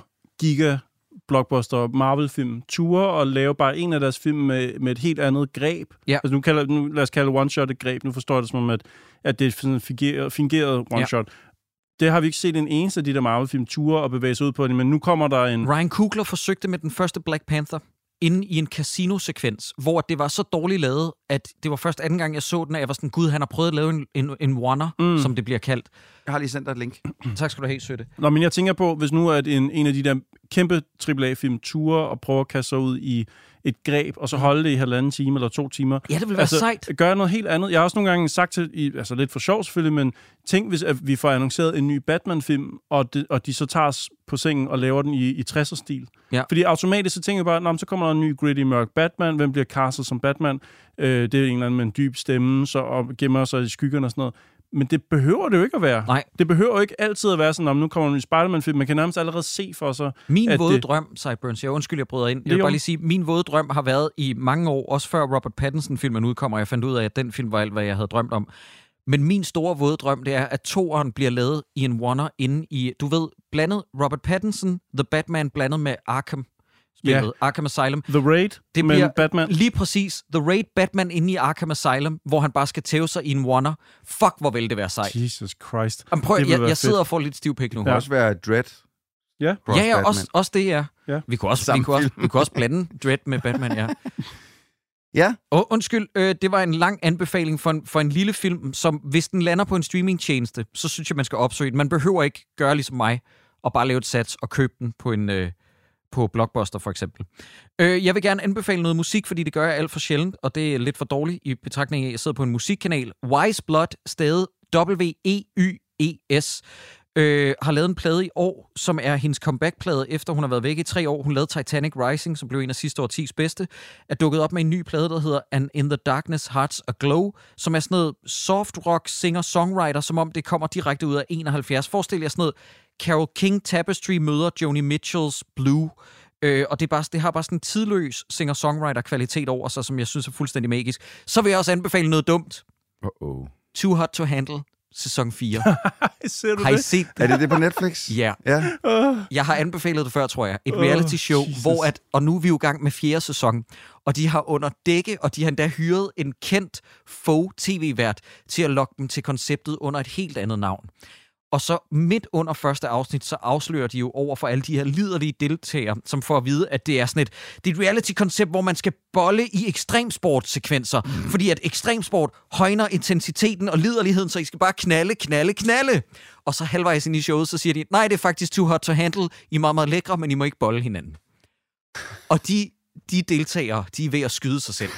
blockbuster Marvel-film ture og lave bare en af deres film med et helt andet greb. Ja. Altså lad os kalde One Shot et greb. Nu forstår jeg det som om, at det er sådan en fingeret One Shot. Det har vi ikke set en eneste af de der Marvel-film ture og bevæge sig ud på det, men nu kommer der en... Ryan Coogler forsøgte med den første Black Panther inde i en casino-sekvens, hvor det var så dårligt lavet, at det var først anden gang, jeg så den, og jeg var sådan, gud, han har prøvet at lave en oneer, som det bliver kaldt. Jeg har lige sendt dig et link. Tak skal du have, Søtte. Nå, men jeg tænker på, hvis nu at en af de der kæmpe AAA-film ture og prøver at kaste sig ud i et greb, og så holde det i 1,5 time eller 2 timer. Ja, det vil være sejt. Gør noget helt andet. Jeg har også nogle gange sagt til, altså lidt for sjov selvfølgelig, men tænk, hvis at vi får annonceret en ny Batman-film, og de så tager os på sengen og laver den i 60'er-stil. Ja. Fordi automatisk så tænker jeg bare, så kommer der en ny gritty, mørk Batman. Hvem bliver castet som Batman? Det er en eller anden med en dyb stemme, og gemmer sig i skyggerne og sådan noget. Men det behøver det jo ikke at være. Nej. Det behøver jo ikke altid at være sådan, om nu kommer en ny Spider-Man-film. Man kan nærmest allerede se for sig... Min våde drøm, Sideburns, jeg bryder ind. Jeg vil bare lige sige, min våde drøm har været i mange år, også før Robert Pattinson-filmen udkommer. Jeg fandt ud af, at den film var alt, hvad jeg havde drømt om. Men min store våde drøm, det er, at toeren bliver lavet i en oneer inde i, du ved, blandet Robert Pattinson, The Batman, blandet med Arkham. Arkham Asylum. The Raid, det bliver Batman. Lige præcis. The Raid, Batman inde i Arkham Asylum, hvor han bare skal tæve sig i en oneer. Fuck, hvor vil det være sejt. Jesus Christ. Prøv, jeg sidder og får lidt stiv pik nu. Det kan også være Dread. Ja, også det, ja. Vi kunne også blande Dread med Batman, ja. Ja. Undskyld, det var en lang anbefaling for en lille film, som hvis den lander på en streamingtjeneste, så synes jeg, man skal opsøge den. Man behøver ikke gøre ligesom mig, og bare lave et sats og købe den på Blockbuster for eksempel. Jeg vil gerne anbefale noget musik, fordi det gør jeg alt for sjældent, og det er lidt for dårligt i betragtning af, at jeg sidder på en musikkanal. Wise Blood, stadig W-E-Y-E-S, har lavet en plade i år, som er hendes comeback-plade, efter hun har været væk i 3 år. Hun lavede Titanic Rising, som blev en af sidste årtis bedste, er dukket op med en ny plade, der hedder And in the Darkness Hearts Aglow, som er sådan noget soft rock singer-songwriter, som om det kommer direkte ud af 71. Forestil jer sådan noget Carole King Tapestry møder Joni Mitchells Blue, og det har bare sådan en tidløs singer-songwriter-kvalitet over sig, som jeg synes er fuldstændig magisk. Så vil jeg også anbefale noget dumt. Too Hot to Handle, sæson 4. Har I set det? Er det på Netflix? Ja. Jeg har anbefalet det før, tror jeg. Et reality show, hvor og nu er vi jo i gang med 4. sæson, og de har under dække, og de har endda hyret en kendt tv-vært til at lokke dem til konceptet under et helt andet navn. Og så midt under første afsnit, så afslører de jo over for alle de her liderlige deltagere, som får at vide, at det er sådan et reality-koncept, hvor man skal bolle i ekstremsportsekvenser. Fordi at ekstremsport højner intensiteten og liderligheden, så I skal bare knalde. Og så halvvejs ind i showet, så siger de, nej, det er faktisk Too Hot to Handle. I er meget, meget lækre, men I må ikke bolle hinanden. Og de deltagere, de er ved at skyde sig selv.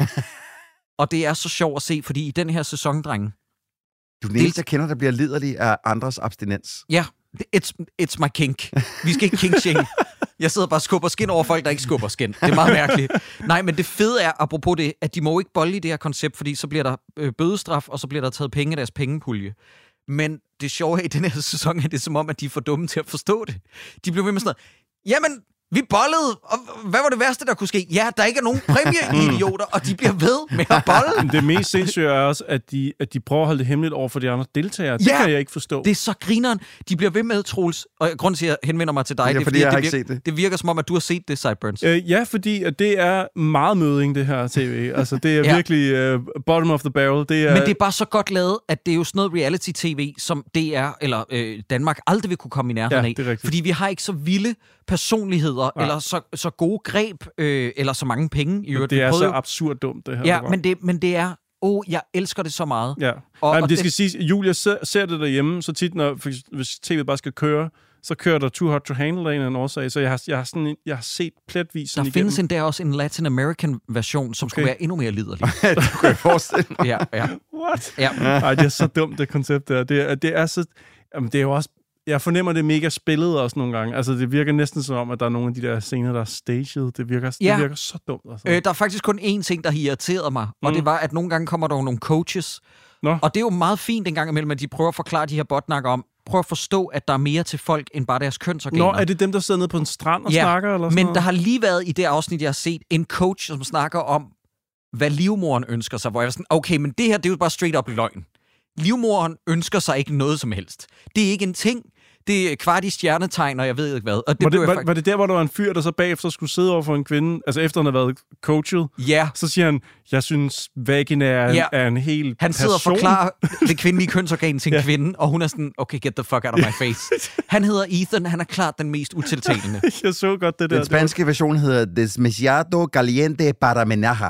Og det er så sjovt at se, fordi i den her sæson, drenge... Du er den eneste, jeg kender, der bliver liderlig af andres abstinens. Ja, it's my kink. Vi skal ikke kink-shame. Jeg sidder bare og skubber skin over folk, der ikke skubber skin. Det er meget mærkeligt. Nej, men det fede er, apropos det, at de må ikke bolle i det her koncept, fordi så bliver der bødestraf, og så bliver der taget penge af deres pengepulje. Men det sjove i den her sæson er det som om, at de er for dumme til at forstå det. De bliver ved med sådan noget, jamen, vi bollede, og hvad var det værste, der kunne ske? Ja, der ikke er nogen præmieidioter, og de bliver ved med at bolle. Det mest sindssyge er også, at de prøver at holde det hemmeligt over for de andre deltagere. Det kan jeg ikke forstå. Det er så grineren. De bliver ved med, Troels, og grunden til, at jeg henvender mig til dig, det er fordi jeg har ikke set det. Det virker som om, at du har set det, Sideburns. Ja, fordi at det er meget møding, det her tv. Altså, det er virkelig bottom of the barrel. Det er... Men det er bare så godt lavet, at det er jo sådan noget reality-tv, som DR eller Danmark aldrig vil kunne komme i nærheden af. Fordi vi har ikke så vilde personligheder, eller så gode greb, eller så mange penge. I det er så absurd dumt, det her. Ja, men det er... jeg elsker det så meget. Ja. Og det skal siges, Julia ser det derhjemme, så tit, hvis tv'et bare skal køre, så kører der Too Hot to Handle af en eller anden årsag, så jeg har set pletvis der findes endda også en Latin American version, som skulle være endnu mere liderlig. Det kunne jeg forestille mig. Ja. What? Ja. Ej, det er så dumt, det koncept der. Det er så... Jamen, det er jo også... Jeg fornemmer det mega spillet også nogle gange. Altså, det virker næsten som om, at der er nogle af de der scener, der er staged. Det virker så dumt. Altså. Der er faktisk kun én ting, der har irriteret mig, og det var, at nogle gange kommer der nogle coaches. Og det er jo meget fint en gang imellem, at de prøver at forklare de her botnakker om, prøv at forstå, at der er mere til folk, end bare deres kønsorganer. Er det dem, der sidder nede på en strand og snakker? Eller sådan men noget? Der har lige været i det afsnit, jeg har set, en coach, som snakker om, hvad livmoderen ønsker sig. Hvor jeg var sådan, okay, men det her, det er jo bare straight up løgn. Livmoderen ønsker sig ikke noget som helst. Det er ikke en ting. Det er kvart i stjernetegn, og jeg ved ikke hvad. Og var det der, hvor der var en fyr, der så bagefter skulle sidde over for en kvinde, altså efter han har været coachet? Ja. Så siger han, jeg synes, vagina er en hel person. Han sidder og forklarer det kvindelige kønsorgan til en kvinde, og hun er sådan, okay, get the fuck out of my face. Han hedder Ethan, han er klart den mest utiltalende. Jeg så godt det der. Den spanske version hedder Desmesiado Caliente para Menaja.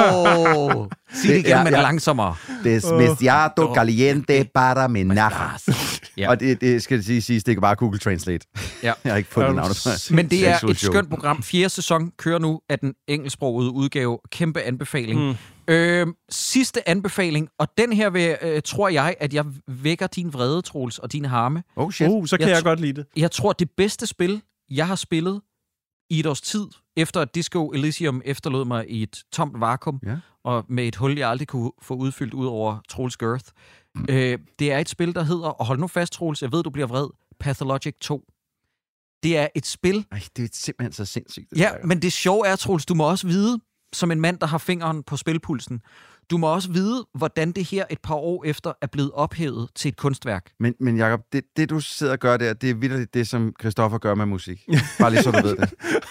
Sig det igen, men langsommere. Desmesiado Caliente para Menaja. Og det skal siges, det kan bare Google Translate. Ja. Jeg har ikke fundet navnet. Men det er et skønt program. 4. sæson kører nu af den engelsksprogede udgave. Kæmpe anbefaling. Sidste anbefaling, og den her tror jeg, at jeg vækker din vrede, Troels, og din harme. Oh shit. Så kan jeg godt lide det. Jeg tror, det bedste spil, jeg har spillet i et års tid, efter at Disco Elysium efterlod mig i et tomt vakuum, og med et hul, jeg aldrig kunne få udfyldt ud over Troels Girth. Det er et spil, der hedder, og hold nu fast, Troels, jeg ved, du bliver vred, Pathologic 2. Det er et spil... det er simpelthen så sindssygt. Men det sjove er, Troels, du må også vide, som en mand, der har fingeren på spilpulsen, du må også vide, hvordan det her et par år efter er blevet ophævet til et kunstværk. Men Jacob, det du sidder og gør der, det er vitterligt det, som Christoffer gør med musik. Bare lige så du ved det.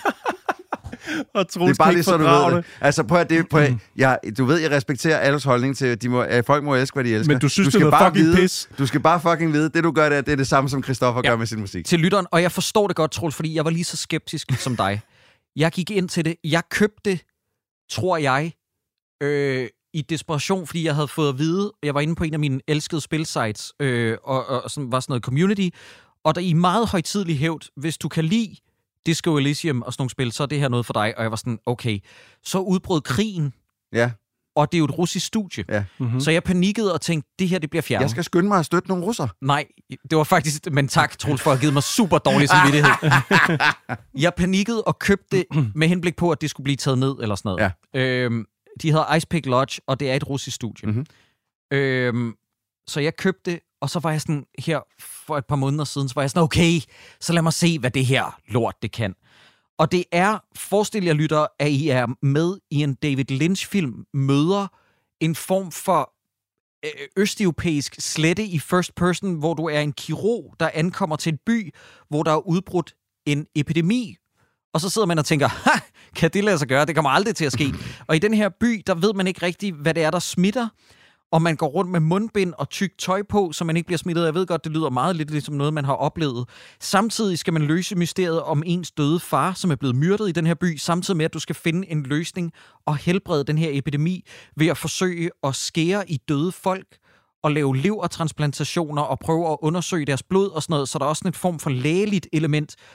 Og Troels det er bare lige så du ved det. Altså du ved, jeg respekterer alles holdning til, folk må elske, hvad de elsker. Men du synes, det er fucking pis. Du skal bare fucking vide, det du gør der, det er det samme, som Christoffer gør med sin musik. Til lytteren, og jeg forstår det godt, Troels, fordi jeg var lige så skeptisk som dig. Jeg gik ind til det. Jeg købte, tror jeg, i desperation, fordi jeg havde fået at vide, jeg var inde på en af mine elskede spilsites, og sådan, var sådan noget community, og der i meget højtidlig hævd, hvis du kan lide Disco Elysium og sådan nogle spil, så er det her noget for dig. Og jeg var sådan, okay. Så udbrød krigen. Ja. Og det er jo et russisk studie. Ja. Mm-hmm. Så jeg panikkede og tænkte, det her, det bliver fjernet. Jeg skal skynde mig at støtte nogle russer. Nej, det var faktisk... Men tak, Troels, for at have givet mig super dårlig samvittighed. Jeg panikkede og købte det med henblik på, at det skulle blive taget ned eller sådan noget. Ja. De hedder Icepick Lodge, og det er et russisk studie. Mm-hmm. Så jeg købte det, og så var jeg sådan her for et par måneder siden, så var jeg sådan, okay, så lad mig se, hvad det her lort, det kan. Og det er, forestil jer lytter, at I er med i en David Lynch-film, møder en form for østeuropæisk slette i first person, hvor du er en kirurg, der ankommer til en by, hvor der er udbrudt en epidemi. Og så sidder man og tænker, kan det lade sig gøre? Det kommer aldrig til at ske. Og i den her by, der ved man ikke rigtigt, hvad det er, der smitter. Og man går rundt med mundbind og tykt tøj på, så man ikke bliver smittet. Jeg ved godt, det lyder meget lidt som noget, man har oplevet. Samtidig skal man løse mysteriet om ens døde far, som er blevet myrdet i den her by, samtidig med, at du skal finde en løsning og helbrede den her epidemi ved at forsøge at skære i døde folk og lave levertransplantationer og prøve at undersøge deres blod og sådan noget. Så der er også en form for lægeligt element.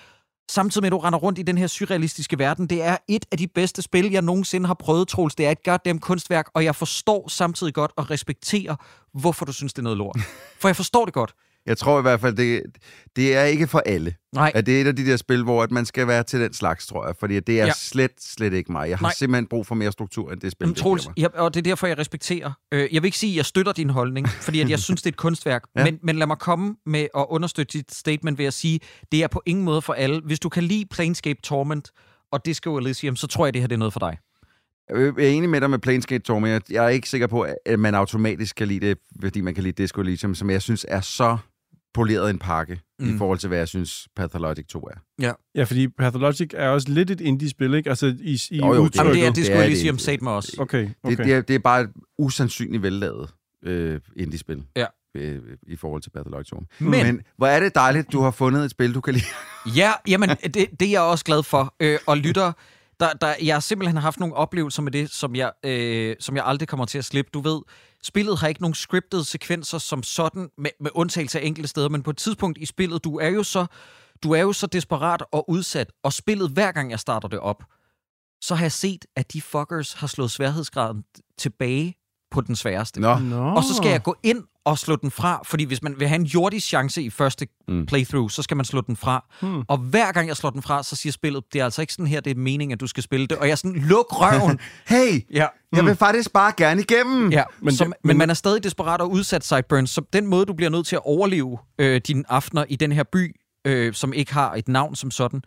samtidig med, at du render rundt i den her surrealistiske verden. Det er et af de bedste spil, jeg nogensinde har prøvet, Troels. Det er et goddamn kunstværk, og jeg forstår samtidig godt og respekterer, hvorfor du synes, det er noget lort. For jeg forstår det godt. Jeg tror i hvert fald, det er ikke for alle. Nej. At det er et af de der spil, hvor at man skal være til den slags, tror jeg. Fordi det er slet ikke mig. Jeg har simpelthen brug for mere struktur, end det spil, Troels, og det er derfor, jeg respekterer. Jeg vil ikke sige, at jeg støtter din holdning, fordi at jeg synes, det er et kunstværk. Ja. Men lad mig komme med at understøtte dit statement ved at sige, det er på ingen måde for alle. Hvis du kan lide Planescape Torment og Disco Elysium, så tror jeg, det her det er noget for dig. Jeg er enig med dig med Planescape Torment. Jeg er ikke sikker på, at man automatisk kan lide det, fordi man kan lide Disco Elysium, som jeg synes er så poleret en pakke i forhold til, hvad jeg synes Pathologic 2 er. Ja, fordi Pathologic er også lidt et indie-spil, ikke? Altså i udtrykket. Jamen, det er Disco Elysium set med os. Okay. Det er bare et usandsynligt vellavet indie-spil. Ja. I forhold til Pathologic 2. Men hvor er det dejligt, du har fundet et spil, du kan lide. Ja, jamen, det er jeg også glad for. Og lytter, jeg har simpelthen haft nogle oplevelser med det, som jeg aldrig kommer til at slippe. Du ved, spillet har ikke nogen scriptede sekvenser som sådan, med undtagelse af enkelte steder, men på et tidspunkt i spillet, du er jo så desperat og udsat, og spillet, hver gang jeg starter det op, så har jeg set, at de fuckers har slået sværhedsgraden tilbage på den sværeste. No. Og så skal jeg gå ind og slå den fra, fordi hvis man vil have en jordisk chance i første playthrough, så skal man slå den fra. Og hver gang jeg slår den fra, så siger spillet, det er altså ikke sådan her, det er meningen, at du skal spille det. Og jeg er sådan, luk røven! Hey! Ja. Jeg vil faktisk bare gerne igennem! Ja, men man er stadig desperat og udsat, Sideburns. Så den måde, du bliver nødt til at overleve dine aftener i den her by, som ikke har et navn som sådan,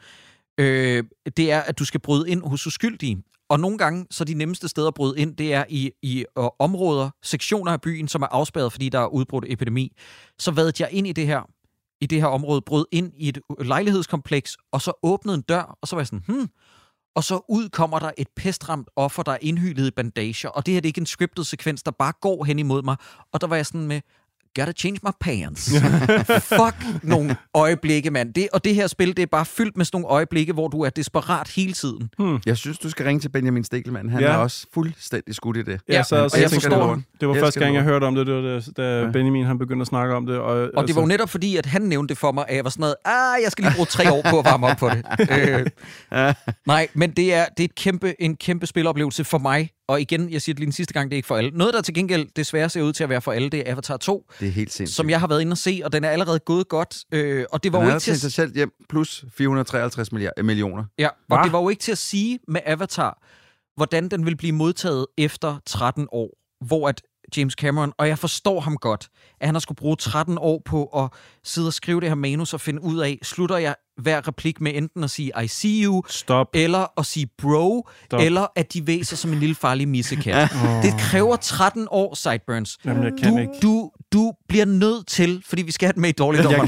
det er, at du skal bryde ind hos uskyldige. Og nogle gange, så de nemmeste steder at bryde ind, det er i områder, sektioner af byen, som er afspærret, fordi der er udbrudt epidemi. Så vadede jeg ind i det her område, brød ind i et lejlighedskompleks, og så åbnede en dør, og så var jeg sådan, og så ud kommer der et pestramt offer, der er indhylet i bandager, og det her det er ikke en scriptet sekvens, der bare går hen imod mig, og der var jeg sådan med, gotta change my pants. Fuck nogle øjeblikke, mand. Det her spil, det er bare fyldt med sådan nogle øjeblikke, hvor du er desperat hele tiden. Jeg synes, du skal ringe til Benjamin Stikkelmann. Han er også fuldstændig skudt i det. Ja, og jeg forstår det var første gang, jeg hørte om det. Det var da Benjamin han begyndte at snakke om det. Og det var jo netop fordi, at han nævnte det for mig, at jeg var sådan noget, jeg skal lige bruge 3 år på at varme op på det. Nej, men det er en kæmpe spiloplevelse for mig. Og igen, jeg siger det lige den sidste gang, det er ikke for alle. Noget, der til gengæld desværre ser ud til at være for alle, det er Avatar 2. Det er helt sindssygt. Som jeg har været inde og se, og den er allerede gået godt. Og det var jo ikke til sig selv hjem plus 453 millioner. Ja, og det var jo ikke til at sige med Avatar, hvordan den vil blive modtaget efter 13 år. Hvor at James Cameron, og jeg forstår ham godt, at han har skulle bruge 13 år på at sidde og skrive det her manus og finde ud af, slutter jeg hver replik med enten at sige I see you, Stop. eller at sige bro, Stop. Eller at de væser som en lille farlig missekat. Det kræver 13 år, Sideburns. Jamen, jeg kan ikke. Du bliver nødt til, fordi vi skal have den med i dårligdommerne.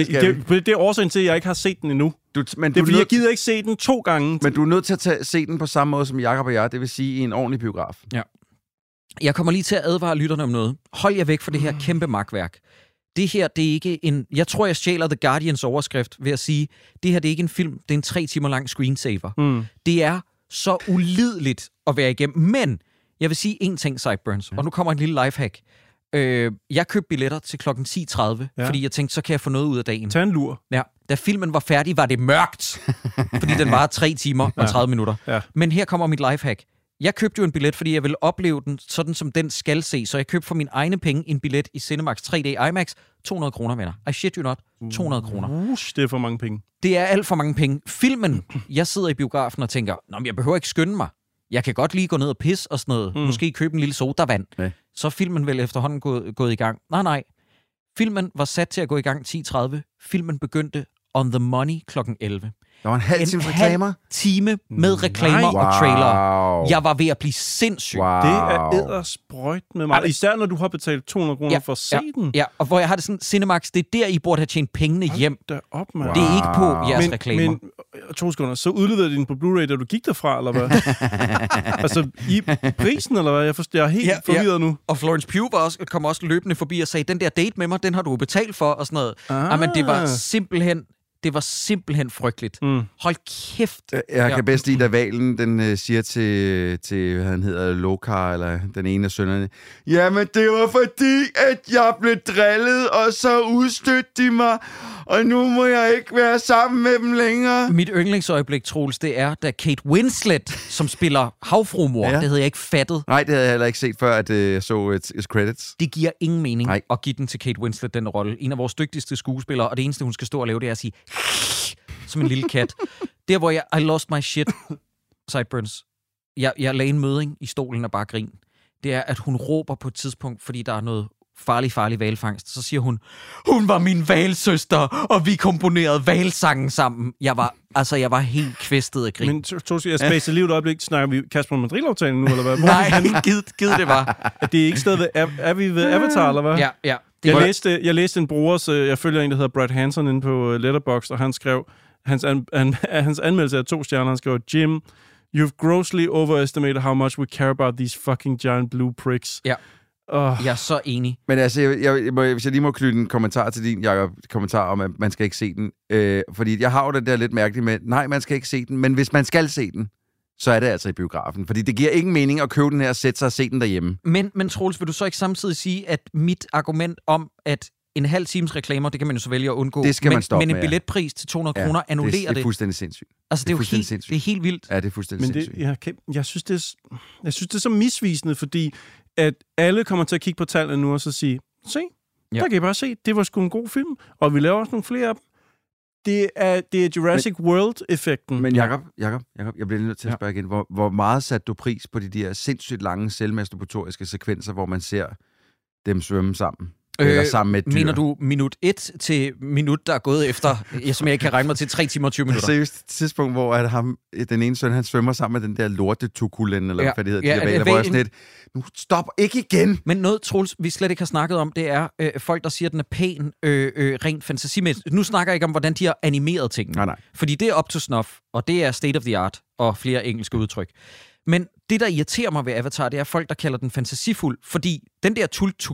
Det er årsagen til, at jeg ikke har set den endnu. Det er fordi, jeg gider ikke se den 2 gange. Men du er nødt til at se den på samme måde som Jakob og jeg, det vil sige i en ordentlig biograf. Ja. Jeg kommer lige til at advare lytterne om noget. Hold jer væk fra det her kæmpe magtværk. Det her, det er ikke en... Jeg tror, jeg stjæler The Guardians overskrift ved at sige, det her, det er ikke en film, det er en 3 timer lang screensaver. Det er så ulideligt at være igennem. Men jeg vil sige en ting, Sideburns, og nu kommer en lille lifehack. Jeg købte billetter til klokken 10:30, fordi jeg tænkte, så kan jeg få noget ud af dagen. Tag en lur. Ja. Da filmen var færdig, var det mørkt, fordi den var 3 timer og 30 minutter. Ja. Men her kommer mit lifehack. Jeg købte jo en billet, fordi jeg ville opleve den sådan, som den skal se. Så jeg købte for mine egne penge en billet i Cinemax 3D IMAX. 200 kroner, venner. I shit you not. 200 kroner. Det er for mange penge. Det er alt for mange penge. Filmen, jeg sidder i biografen og tænker, men jeg behøver ikke skynde mig. Jeg kan godt lige gå ned og pisse og sådan noget. Måske købe en lille sodavand. Ja. Så er filmen vel efterhånden gået i gang. Nej. Filmen var sat til at gå i gang 10:30. Filmen begyndte on the money klokken 11. Der var en halv time reklamer? En halv time med reklamer og trailer. Jeg var ved at blive sindssyg. Wow. Det er eddersprøjt med mig. Især når du har betalt 200 kroner for at se den. Ja, og hvor jeg har det sådan, Cinemax, det er der, I burde have tjent pengene hjem. Op, man. Det er ikke på jeres reklamer. Men 2 sekunder, så udleverede din på Blu-ray, da du gik derfra, eller hvad? Altså, i prisen, eller hvad? Jeg er helt forvirret nu. Og Florence Pugh kom også løbende forbi og sagde, den der date med mig, den har du betalt for, og sådan noget. Men det var simpelthen... Det var simpelthen frygteligt. Hold kæft. Jeg kan bedst lide, at Valen den siger til, hvad han hedder, Lokar, eller den ene af sønnerne, jamen, det var fordi, at jeg blev drillet, og så udstødte de mig, og nu må jeg ikke være sammen med dem længere. Mit yndlingsøjeblik, Troels, det er, da Kate Winslet, som spiller havfruemor, det havde jeg ikke fattet. Nej, det havde jeg heller ikke set før, at jeg så credits. Det giver ingen mening at give den til Kate Winslet, den rolle. En af vores dygtigste skuespillere, og det eneste, hun skal stå og lave, det er at sige som en lille kat. Der, hvor I lost my shit, Sideburns. Jeg lagde en møding i stolen og bare grin. Det er, at hun råber på et tidspunkt, fordi der er noget farlig hvalfangst. Så siger hun var min hvalsøster, og vi komponerede hvalsangen sammen. Jeg var helt kvæstet af grin. Men jeg spacede lige et øjeblik. Snakker vi Kasper Madrid-aftalen nu, eller hvad? Nej, gid det var. Det er ikke stedet ved, er vi ved Avatar, eller hvad? Ja. Jeg læste en brors, jeg følger en, der hedder Brad Hanson inde på Letterboxd, og han skrev, hans anmeldelse af 2 stjerner, han skrev, Jim, you've grossly overestimated how much we care about these fucking giant blue pricks. Ja. Jeg er så enig. Men altså, hvis jeg lige må knytte en kommentar til din, Jacob, kommentar om, at man skal ikke se den. Fordi jeg har jo det der lidt mærkeligt med, nej, man skal ikke se den, men hvis man skal se den, så er det altså i biografen. Fordi det giver ingen mening at købe den her og sætte sig og se den derhjemme. Men Troels, vil du så ikke samtidig sige, at mit argument om, at en halv times reklamer, det kan man jo så vælge at undgå. Det skal man stoppe men en billetpris til 200 kroner annullerer det. Det er fuldstændig sindssygt. Altså, det er helt vildt. Ja, det er fuldstændig sindssygt. Jeg synes, det er så misvisende, fordi at alle kommer til at kigge på tallene nu og så sige, se, der kan I bare se, det var sgu en god film, og vi laver også nogle flere af dem. Det er Jurassic World-effekten. Men Jacob, jeg bliver nødt til at spørge igen. Hvor meget satte du pris på de der sindssygt lange selvmasturbatoriske sekvenser, hvor man ser dem svømme sammen? Eller sammen med et dyr? Mener du minut 1 til minut, der er gået efter, som jeg ikke kan regne mig til, 3 timer og 20 minutter? Seriøst, tidspunkt, hvor den ene søn, han svømmer sammen med den der lortetukulen, eller hvad det hedder, de der valer, hvor jeg nu stop ikke igen! Men noget, Troels, vi slet ikke har snakket om, det er folk, der siger, at den er pæn, rent fantasimæssigt. Nu snakker jeg ikke om, hvordan de har animeret tingene. Nej. Fordi det er up to snuff, og det er state of the art, og flere engelske udtryk. Men det, der irriterer mig ved Avatar, det er folk, der kalder den fantasifuld, fordi den der tultuk,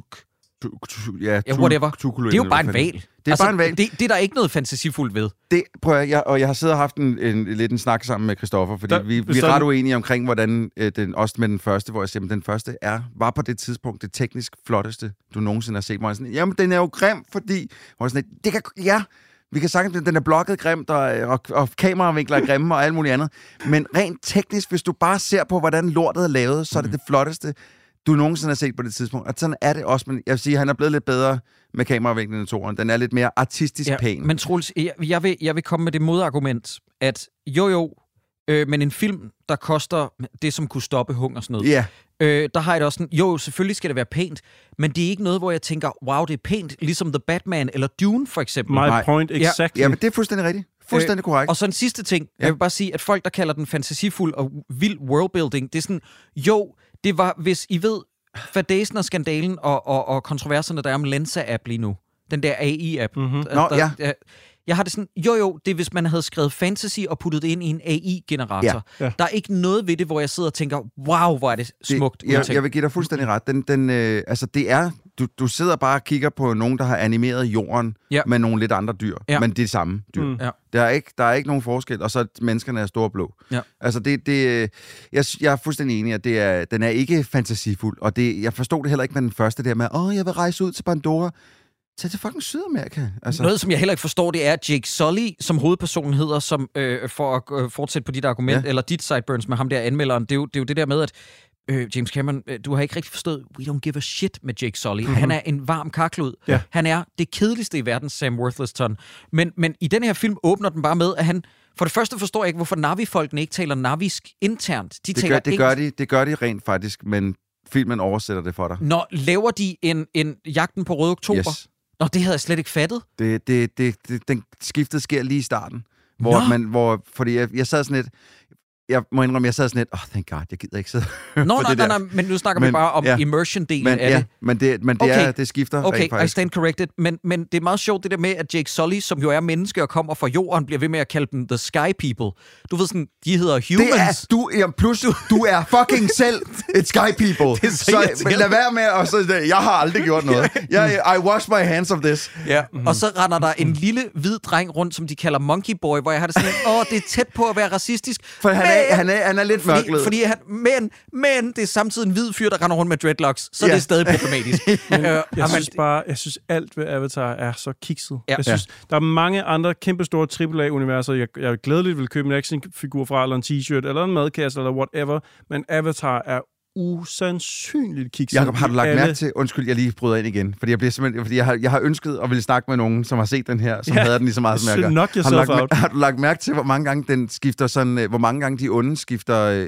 whatever. Det er jo bare en hval. Det er bare en hval. Det er der ikke noget fantasifuldt ved. Jeg har siddet og haft lidt en snak sammen med Christoffer, fordi vi er ret uenige omkring, hvordan også med den første, hvor jeg siger, den første var på det tidspunkt det teknisk flotteste, du nogensinde har set. Hvor jeg sådan, jamen, den er jo grim, fordi... vi kan sagtens, den er blokket grimt, og kameravinkler er grimme, og alt muligt andet. Men rent teknisk, hvis du bare ser på, hvordan lortet er lavet, så er det det flotteste, du nogensinde har set på det tidspunkt. Og sådan er det også, men jeg vil sige, at han er blevet lidt bedre med kameravinklen i toeren. Den er lidt mere artistisk pæn. Men Troels, jeg vil komme med det modargument, at men en film, der koster det, som kunne stoppe hungersnød, der har jeg det også sådan, selvfølgelig skal det være pænt, men det er ikke noget, hvor jeg tænker, wow, det er pænt, ligesom The Batman eller Dune, for eksempel. My point exactly. Ja, men det er fuldstændig rigtigt. Fuldstændig korrekt. Og så en sidste ting, jeg vil bare sige, at folk, der kalder den fantasifuld og vild worldbuilding, det er sådan, det var, hvis I ved, fadæsen og skandalen og kontroverserne, der er om Lensa-app lige nu. Den der AI-app. Jeg har det sådan, det er, hvis man havde skrevet fantasy og puttet det ind i en AI-generator. Ja. Der er ikke noget ved det, hvor jeg sidder og tænker, wow, hvor er det smukt. Jeg vil give dig fuldstændig ret. Det er, du sidder bare og kigger på nogen, der har animeret jorden med nogle lidt andre dyr, men det er samme dyr. Der er ikke nogen forskel, og så menneskerne er store blå. Ja. Altså jeg er fuldstændig enig, at den er ikke fantasifuld, og jeg forstod det heller ikke med den første der med, jeg vil rejse ud til Pandora. Tag til fucking Sydamerika. Altså. Noget, som jeg heller ikke forstår, det er, at Jake Sully, som hovedpersonen hedder, som for at fortsætte på dit argument, eller dit Sideburns med ham der anmelderen, det er jo det der med, at James Cameron, du har ikke rigtig forstået, we don't give a shit med Jake Sully. Mm-hmm. Han er en varm karklud. Ja. Han er det kedeligste i verden, Sam Worthington. Men i den her film åbner den bare med, at han... For det første forstår jeg ikke, hvorfor Navi-folkene ikke taler navisk internt. Det gør de rent faktisk, men filmen oversætter det for dig. Når laver de en Jagten på Røde Oktober? Yes. Nå, det havde jeg slet ikke fattet. Den skiftet sker lige i starten. Fordi jeg sad sådan lidt... jeg må indrømme, jeg sad sådan lidt, thank god, jeg gider ikke sidde nej, men nu snakker vi bare om immersion-delen af det. Men det skifter okay, I stand corrected. Men det er meget sjovt det der med, at Jake Sully, som jo er menneske og kommer fra jorden, bliver ved med at kalde dem the sky people. Du ved sådan, de hedder humans. Du er fucking selv et sky people. Så lad være med at så jeg har aldrig gjort noget. I wash my hands of this. Ja. Og så render der en lille hvid dreng rundt, som de kalder monkey boy, hvor jeg har det sådan, det er tæt på at være racistisk. For han er lidt mørklædet. Fordi men det er samtidig en hvid fyr, der render rundt med dreadlocks, så det er stadig problematisk. Jeg synes alt ved Avatar er så kikset. Jeg synes, der er mange andre kæmpestore AAA-universer, jeg glædeligt vil købe en actionfigur fra, eller en t-shirt, eller en madkasse, eller whatever, men Avatar er usandsynligt kikset. Jakob, har du lagt mærke til... Undskyld, jeg lige bryder ind igen. Fordi jeg bliver simpelthen... Fordi jeg har ønsket at ville snakke med nogen, som har set den her, som havde den lige så meget, som jeg gør. Har du lagt mærke til, hvor mange gange den skifter sådan... Hvor mange gange de onde skifter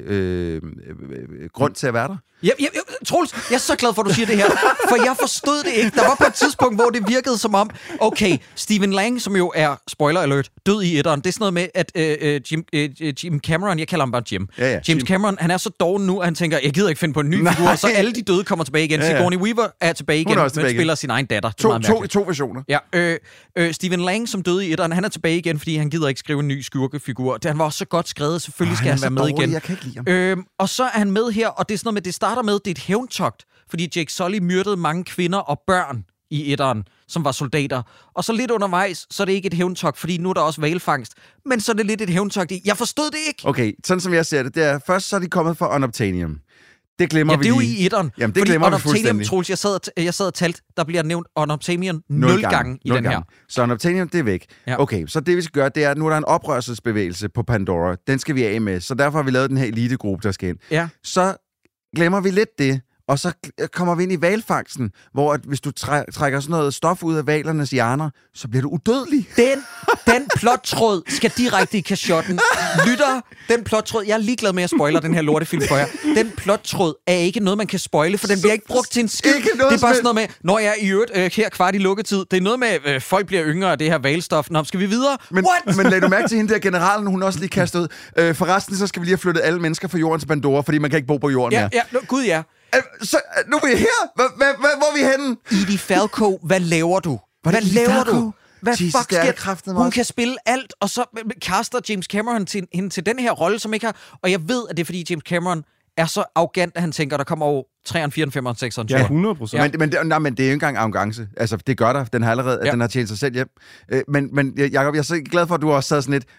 grund til at være der? Ja, Troels, jeg er så glad for, at du siger det her, for jeg forstod det ikke. Der var på et tidspunkt, hvor det virkede som om, okay, Stephen Lang, som jo er, spoiler alert, død i etteren. Det er sådan noget med, at Jim Cameron, jeg kalder ham bare Jim. Ja. James Cameron, han er så doven nu, at han tænker, jeg gider ikke finde på en ny figur, så alle de døde kommer tilbage igen. Sigourney Weaver er tilbage igen, men spiller sin egen datter. To versioner. Ja, Stephen Lang, som døde i etteren, han er tilbage igen, fordi han gider ikke skrive en ny skurkefigur. Han var også så godt skrevet, selvfølgelig skal han være med igen. Jeg kan ikke lide ham. Og så er han med her, og det er sådan noget med, det starter med, det er et hævntogt, fordi Jake Sully myrdede mange kvinder og børn i etteren, som var soldater. Og så lidt undervejs, så er det ikke et hævntogt, fordi nu er der også hvalfangst. Men så er det lidt et hævntogt. Jeg forstod det ikke! Okay, sådan som jeg ser det, det er først så er de kommet fra Unobtainium. Det glemmer vi lige. Ja, det er jo i etteren. Jamen, det glemmer vi fuldstændig. Troels, jeg sad og talte, der bliver nævnt Unobtainium 0 gange i den her. Så Unobtainium, det er væk. Ja. Okay, så det vi skal gøre, det er, at nu er der en oprørselsbevægelse på Pandora. Den skal vi af med. Så derfor har vi lavet den her elitegruppe, der skal ind. Ja. Så glemmer vi lidt det, og så kommer vi ind i hvalfangsten, hvor at hvis du trækker sådan noget stof ud af hvalernes hjerner, så bliver du udødelig. Den plottråd skal direkte i kashotten. Lytter, den plottråd, jeg er ligeglad med at spoiler den her lortefilm for jer. Den plottråd er ikke noget, man kan spoile, for den bliver ikke brugt til en skid. Det er bare sådan noget med, når jeg er i øvrigt her kvart i lukketid, det er noget med, folk bliver yngre af det her hvalstof. Nå, skal vi videre? Men lad du mærke til hende der generalen, hun også lige kastet ud. Forresten, så skal vi lige have flyttet alle mennesker fra jorden til Pandora, fordi man kan ikke bo på jorden mere. Ja, gud ja. Så nu er vi her. Hvor er vi henne? Edie Falco, hvad laver du? Hvad laver du? Hvad Jesus, fuck sker? Hun kan spille alt, og så kaster James Cameron hende til den her rolle, som ikke har... Og jeg ved, at det er, fordi James Cameron er så arrogant, at han tænker, der kommer over 3'eren, 4'eren, 5'eren, 6'eren. Ja, 100%. Ja. Men det er jo ikke engang arrogance. Altså, det gør der. Den har allerede den har tjent sig selv hjem. Men Jacob, jeg er så glad for, at du også sad sådan lidt...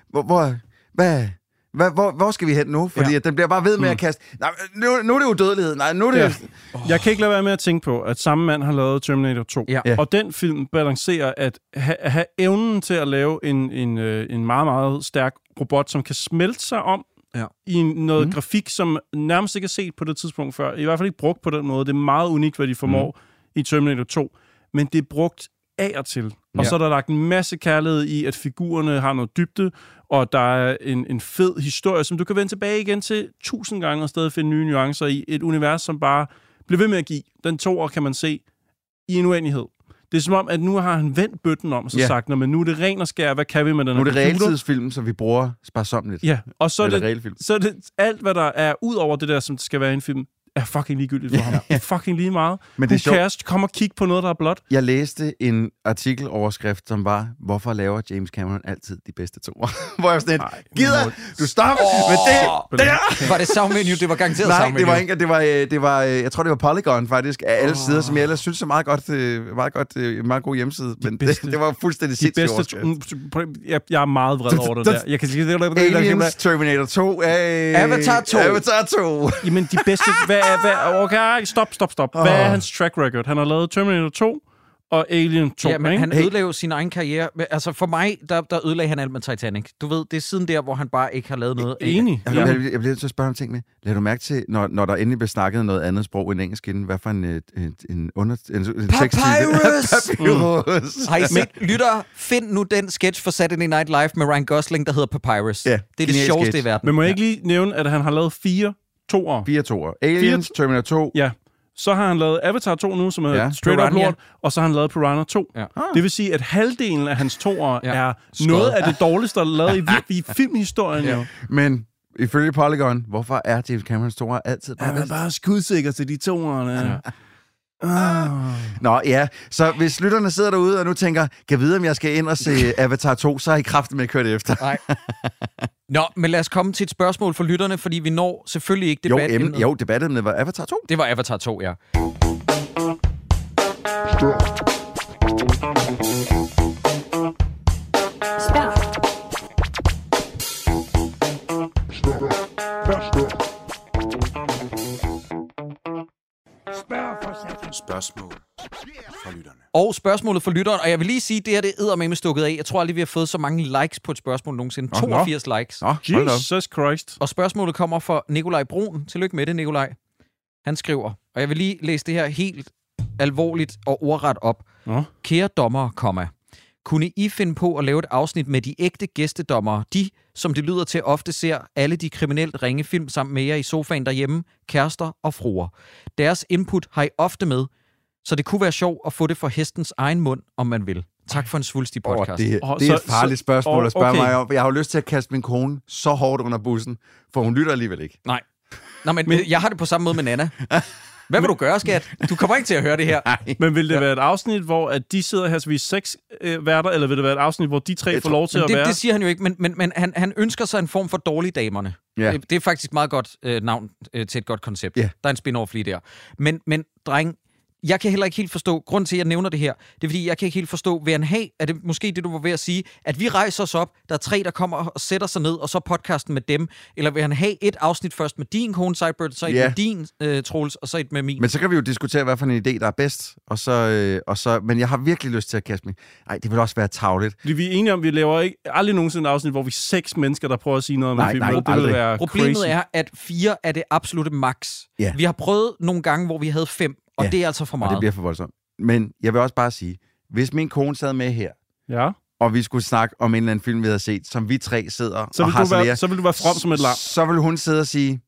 Hvor skal vi hen nu? Fordi at den bliver bare ved med at kaste... Nej, nu er det jo dødelighed. Nej, nu er det... Ja. Jeg kan ikke lade være med at tænke på, at samme mand har lavet Terminator 2. Ja. Og den film balancerer at have evnen til at lave en meget, meget stærk robot, som kan smelte sig om i noget grafik, som nærmest ikke er set på det tidspunkt før. I hvert fald ikke brugt på den måde. Det er meget unikt, hvad de formår i Terminator 2. Men det er brugt af og til. Og så er der lagt en masse kærlighed i, at figurerne har noget dybde, og der er en fed historie, som du kan vende tilbage igen til 1000 gange og stadig finde nye nuancer i. Et univers, som bare bliver ved med at give. Den 2 år kan man se i en uenighed. Det er som om, at nu har han vendt bøtten om, og så sagt, men nu er det ren og skær, hvad kan vi med den her nu er det realtidsfilm, som vi bruger sparsomligt. Ja, og så er det alt, hvad der er ud over det der, som skal være en film, er fucking ligegyldigt for ham. Det er fucking lige meget. Men det er kom og kig på noget, der er blot. Jeg læste en artikeloverskrift, som var, hvorfor laver James Cameron altid de bedste toer? Hvor jeg sådan lidt, gider, du stopper med det der! Var det Soundmenu? Det var garanteret Soundmenu. Nej, det var jeg tror, det var Polygon faktisk, af alle sider, som jeg ellers synes er meget god hjemmeside. Men det var fuldstændig sindssygt overskrift. Jeg er meget vred over det der. Jeg kan sige, Aliens, Terminator 2, Avatar 2. Jamen, de bedste... Okay, stop. Hvad er hans track record? Han har lavet Terminator 2 og Alien 2. Ja, men han ødelagde sin egen karriere. Altså for mig, der ødelagde han alt med Titanic. Du ved, det er siden der, hvor han bare ikke har lavet noget. Enig. Jeg bliver nødt til at spørge om ting med. Lad du mærke til, når der endelig bliver snakket noget andet sprog end engelsk inden, hvad for en Papyrus! Har I set, lytter, find nu den sketch for Saturday Night Live med Ryan Gosling, der hedder Papyrus. Ja, det er det sjoveste i verden. Men må jeg ikke lige nævne, at han har lavet 4 toer? 4 toer. Aliens, Terminator 2. Ja. Så har han lavet Avatar 2 nu, som er straight up lort, og så har han lavet Piranha 2. Ja. Det vil sige, at halvdelen af hans toer er noget af det dårligste, der er lavet i filmhistorien. Ja. Men ifølge Polygon, hvorfor er James Camerons toer altid bare bedst? Bare skudsikker til de toerne. Nå ja, så hvis lytterne sidder derude og nu tænker, kan vide, om jeg skal ind og se Avatar 2, så er I kraftigt med at køre det efter. Nej. Nå, men lad os komme til et spørgsmål for lytterne, fordi vi når selvfølgelig ikke debatemnet. Jo, debatemnet var Avatar 2. Det var Avatar 2, ja. Spørgsmål fra lytterne. Og spørgsmålet for lytteren, og jeg vil lige sige, det her det er eddermame stukket af. Jeg tror aldrig, vi har fået så mange likes på et spørgsmål nogensinde. 82 likes. Jesus Christ. Og spørgsmålet kommer fra Nikolaj Brun. Tillykke med det, Nikolaj. Han skriver, og jeg vil lige læse det her helt alvorligt og ordret op. Kære dommer, kunne I finde på at lave et afsnit med de ægte gæstedommere, de, som det lyder til, ofte ser alle de kriminelt ringe film sammen med jer i sofaen derhjemme, kærester og fruer. Deres input har I ofte med, så det kunne være sjovt at få det fra hestens egen mund, om man vil. Tak for en svulstig podcast. Det er et farligt spørgsmål at spørge mig om. Jeg har jo lyst til at kaste min kone så hårdt under bussen, for hun lytter alligevel ikke. Nej. Nå, men jeg har det på samme måde med Nana. Hvad vil du gøre, skat? Du kommer ikke til at høre det her. Men vil det være et afsnit, hvor at de sidder her, så vi er 6 værter, eller vil det være et afsnit, hvor de 3 får lov til at være? Det siger han jo ikke, men han ønsker sig en form for dårligdamerne. Ja. Det er faktisk meget godt navn til et godt koncept. Yeah. Der er en spin-off lige der. Men dreng, jeg kan heller ikke helt forstå, grund til, at jeg nævner det her, det er fordi, jeg kan ikke helt forstå, vil han have, er det måske det, du var ved at sige, at vi rejser os op, der er 3, der kommer og sætter sig ned, og så podcasten med dem, eller vil han have et afsnit først med din kone, Sideburn, så et med din, Troels, og så et med min? Men så kan vi jo diskutere, hvad for en idé, der er bedst, og så, men jeg har virkelig lyst til at kaste mig. Ej, det vil også være tarveligt. Fordi vi er enige om, vi laver ikke aldrig nogensinde et afsnit, hvor vi er 6 mennesker, der prøver at sige noget om en film. Det vil være Problemet crazy. er, at 4 er det absolutte max. Yeah. Vi har prøvet nogle gange, hvor vi havde 5, og det er altså for meget. Og det bliver for voldsomt. Men jeg vil også bare sige, hvis min kone sad med her, og vi skulle snakke om en eller anden film, vi havde set, som vi 3 sidder og har så vil du være from som et lam. Så vil hun sidde og sige,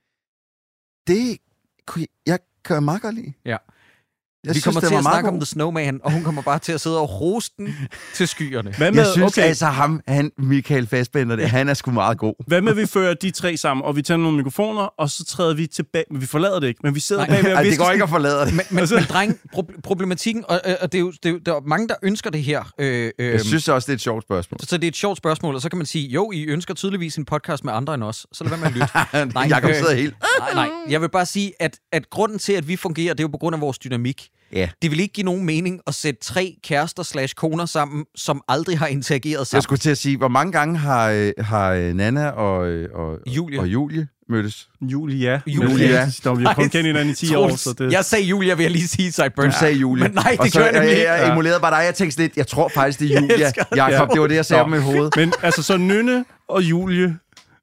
det jeg kan meget godt lide. Ja. Vi kommer til at snakke om The Snowman, og hun kommer bare til at sidde og rose den til skyerne. Jeg synes altså, Michael Fassbender, han er sgu meget god. Hvad med, vi fører de 3 sammen, og vi tager nogle mikrofoner, og så træder vi tilbage. Men vi forlader det ikke, men vi sidder bagved og det går ikke at forlade det. Men dreng, problematikken, og det er jo der er mange, der ønsker det her. Jeg synes også, det er et sjovt spørgsmål. Så det er et sjovt spørgsmål, og så kan man sige, jo, I ønsker tydeligvis en podcast med andre end os, så lad være med at lytte. Jeg kan sidde helt. Nej, jeg vil bare sige, at grunden til, at vi fungerer, det er jo på grund af vores dynamik. Yeah. Det vil ikke give nogen mening at sætte 3 kærester/koner sammen, som aldrig har interageret sammen. Jeg skulle til at sige, hvor mange gange har Nana og Julie mødtes? Julia. Vi har kun kendt hinanden i 10 år. Så det... Jeg sagde Julia, vil jeg lige sige, Sideburn. Du sagde Julia. Men nej, det gør jeg nemlig ikke. Jeg emulerede bare dig. Jeg tænkte lidt, jeg tror faktisk, det er Julia. Jakob, det var det, jeg sagde om mit hoved. Men altså, så Nynne og Julie...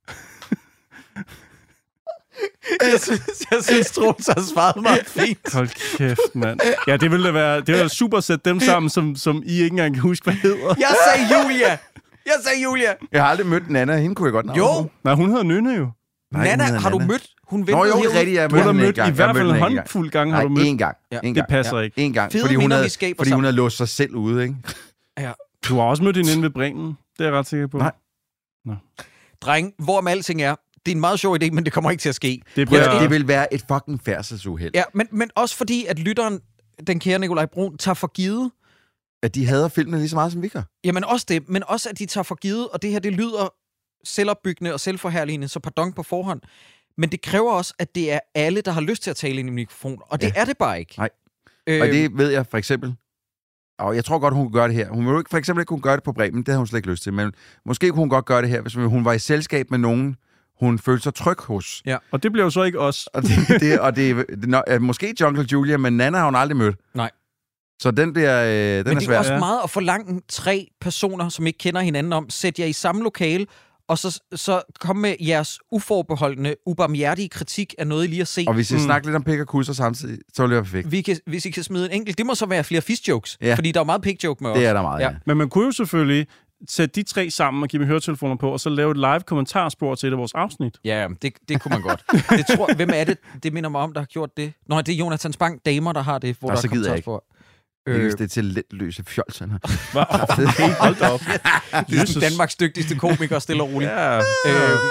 Jeg synes, Troels har svaret meget fint. Hold kæft, mand. Ja, det ville da være super at sætte dem sammen, som I ikke engang kan huske, hvad hedder. Jeg sagde Julia. Jeg har aldrig mødt Nana, hende kunne jeg godt navne. Jo. Nej, hun hedder Nynne jo. Nana, har du mødt? Hun ventede jo, rigtigt, jeg har mødt i hvert fald en håndfuld gange. Har du mødt? En gang. Det passer ikke. En gang, fordi hun havde låst sig selv ude, ikke? Ja. Du har også mødt hende inde ved Bremen. Det er jeg ret sikker på. Nej. Nå. Dreng, hvorom alting er, det er en meget sjov idé, men det kommer ikke til at ske. Det vil være et fucking færdselsuheld. Ja, men også fordi, at lytteren, den kære Nikolaj Brun, tager for givet. At de hader filmene lige så meget, som vi gør. Jamen også det, men også at de tager for givet, og det her, det lyder selvopbyggende og selvforherligende, så pardon på forhånd. Men det kræver også, at det er alle, der har lyst til at tale ind i mikrofon, og det er det bare ikke. Nej. Og det ved jeg for eksempel. Og jeg tror godt, hun kunne gøre det her. Hun ville for eksempel ikke kunne gøre det på Bremen, det havde hun slet ikke lyst til. Men måske kunne hun godt gøre det her, hvis hun var i selskab med nogen, hun følte sig tryg hos. Ja, og det bliver jo så ikke os. Og det måske Jungle Julia, men Nana har hun aldrig mødt. Nej. Så den er svær. Men det er også meget at forlange 3 personer, som ikke kender hinanden om, sæt jer i samme lokale, og så kom med jeres uforbeholdende, ubarmhjertige kritik af noget, I lige har set. Og hvis I snakker lidt om pik og kusser samtidig, så vil det være perfekt. Hvis I kan smide en enkelt, det må så være flere fish-jokes, fordi der er meget pik-joke med os. Det er der meget, ja. Men man kunne jo selvfølgelig sætte de 3 sammen og give dem høretelefoner på, og så lave et live kommentarspor til et af vores afsnit. Ja, det kunne man godt. Hvem er det? Det minder mig om, der har gjort det. Nå, det er Jonathan Spang, damer, der har det, hvor der er kommentarspor. Hvis det er til letløse fjolserne. Hold da op. Det er Danmarks dygtigste komiker, stille og roligt.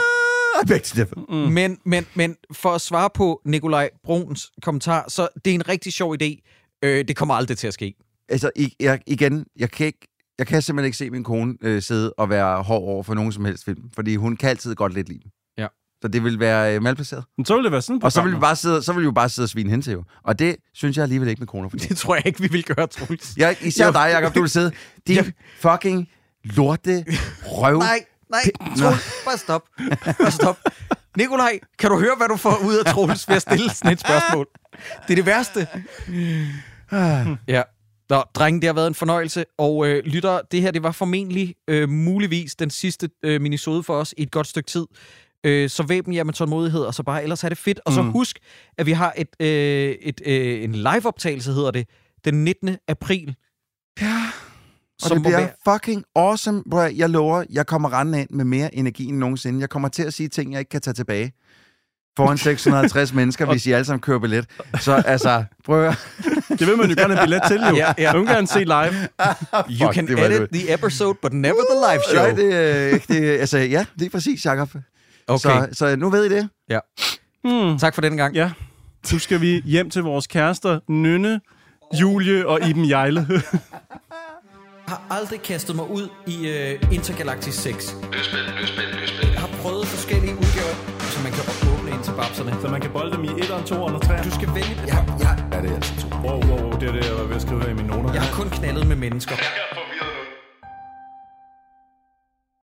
I beg to differ. Men for at svare på Nikolaj Bruns kommentar, så det er en rigtig sjov idé. Det kommer aldrig til at ske. Altså, jeg kan simpelthen ikke se min kone sidde og være hård over for nogen som helst film, fordi hun kan altid godt lidt lide dem. Ja. Så det vil være malplaceret. Men så vil det være sådan. Og så vil vi jo bare sidde og svine hen til jo. Og det synes jeg alligevel ikke med koner. Det tror jeg ikke, vi vil gøre, Troels. Især dig, Jacob, du vil sidde. Fucking lorte røv. Nej, Troels, bare stop. Nikolaj, kan du høre, hvad du får ud af Troels ved at stille sådan et spørgsmål? Det er det værste. Ja. Nå, drenge, det har været en fornøjelse, og lytter, det her, det var formentlig muligvis den sidste minisode for os i et godt stykke tid. Så væbn jer med tålmodighed, og så bare ellers have det fedt. Og så husk, at vi har en live-optagelse, hedder det, den 19. april. Ja, og det bliver fucking awesome. Jeg lover, jeg kommer rendende ind med mere energi end nogensinde. Jeg kommer til at sige ting, jeg ikke kan tage tilbage. Foran 650 mennesker, hvis I alle sammen kører billet. Så altså, prøv at... Det vil man jo gerne have billet til, jo. Ja. Du kan gerne se live. You can edit the episode, but never the live show. Nej, det er præcis, Jacob. Okay. Så nu ved I det. Ja. Tak for den gang. Ja. Nu skal vi hjem til vores kærester, Nynne, Julie og Iben Jejle. Jeg har aldrig kastet mig ud i Intergalactic 6. Jeg har prøvet forskellige udgaver, så man kan åbne ind til babserne. Så man kan bolde dem i 1'eren, 2'eren og 3'eren. Du skal vælge... Ja, det er altså 2. Wow, det er det, jeg var ved at skrive her i mine noter. Jeg har kun knaldet med mennesker.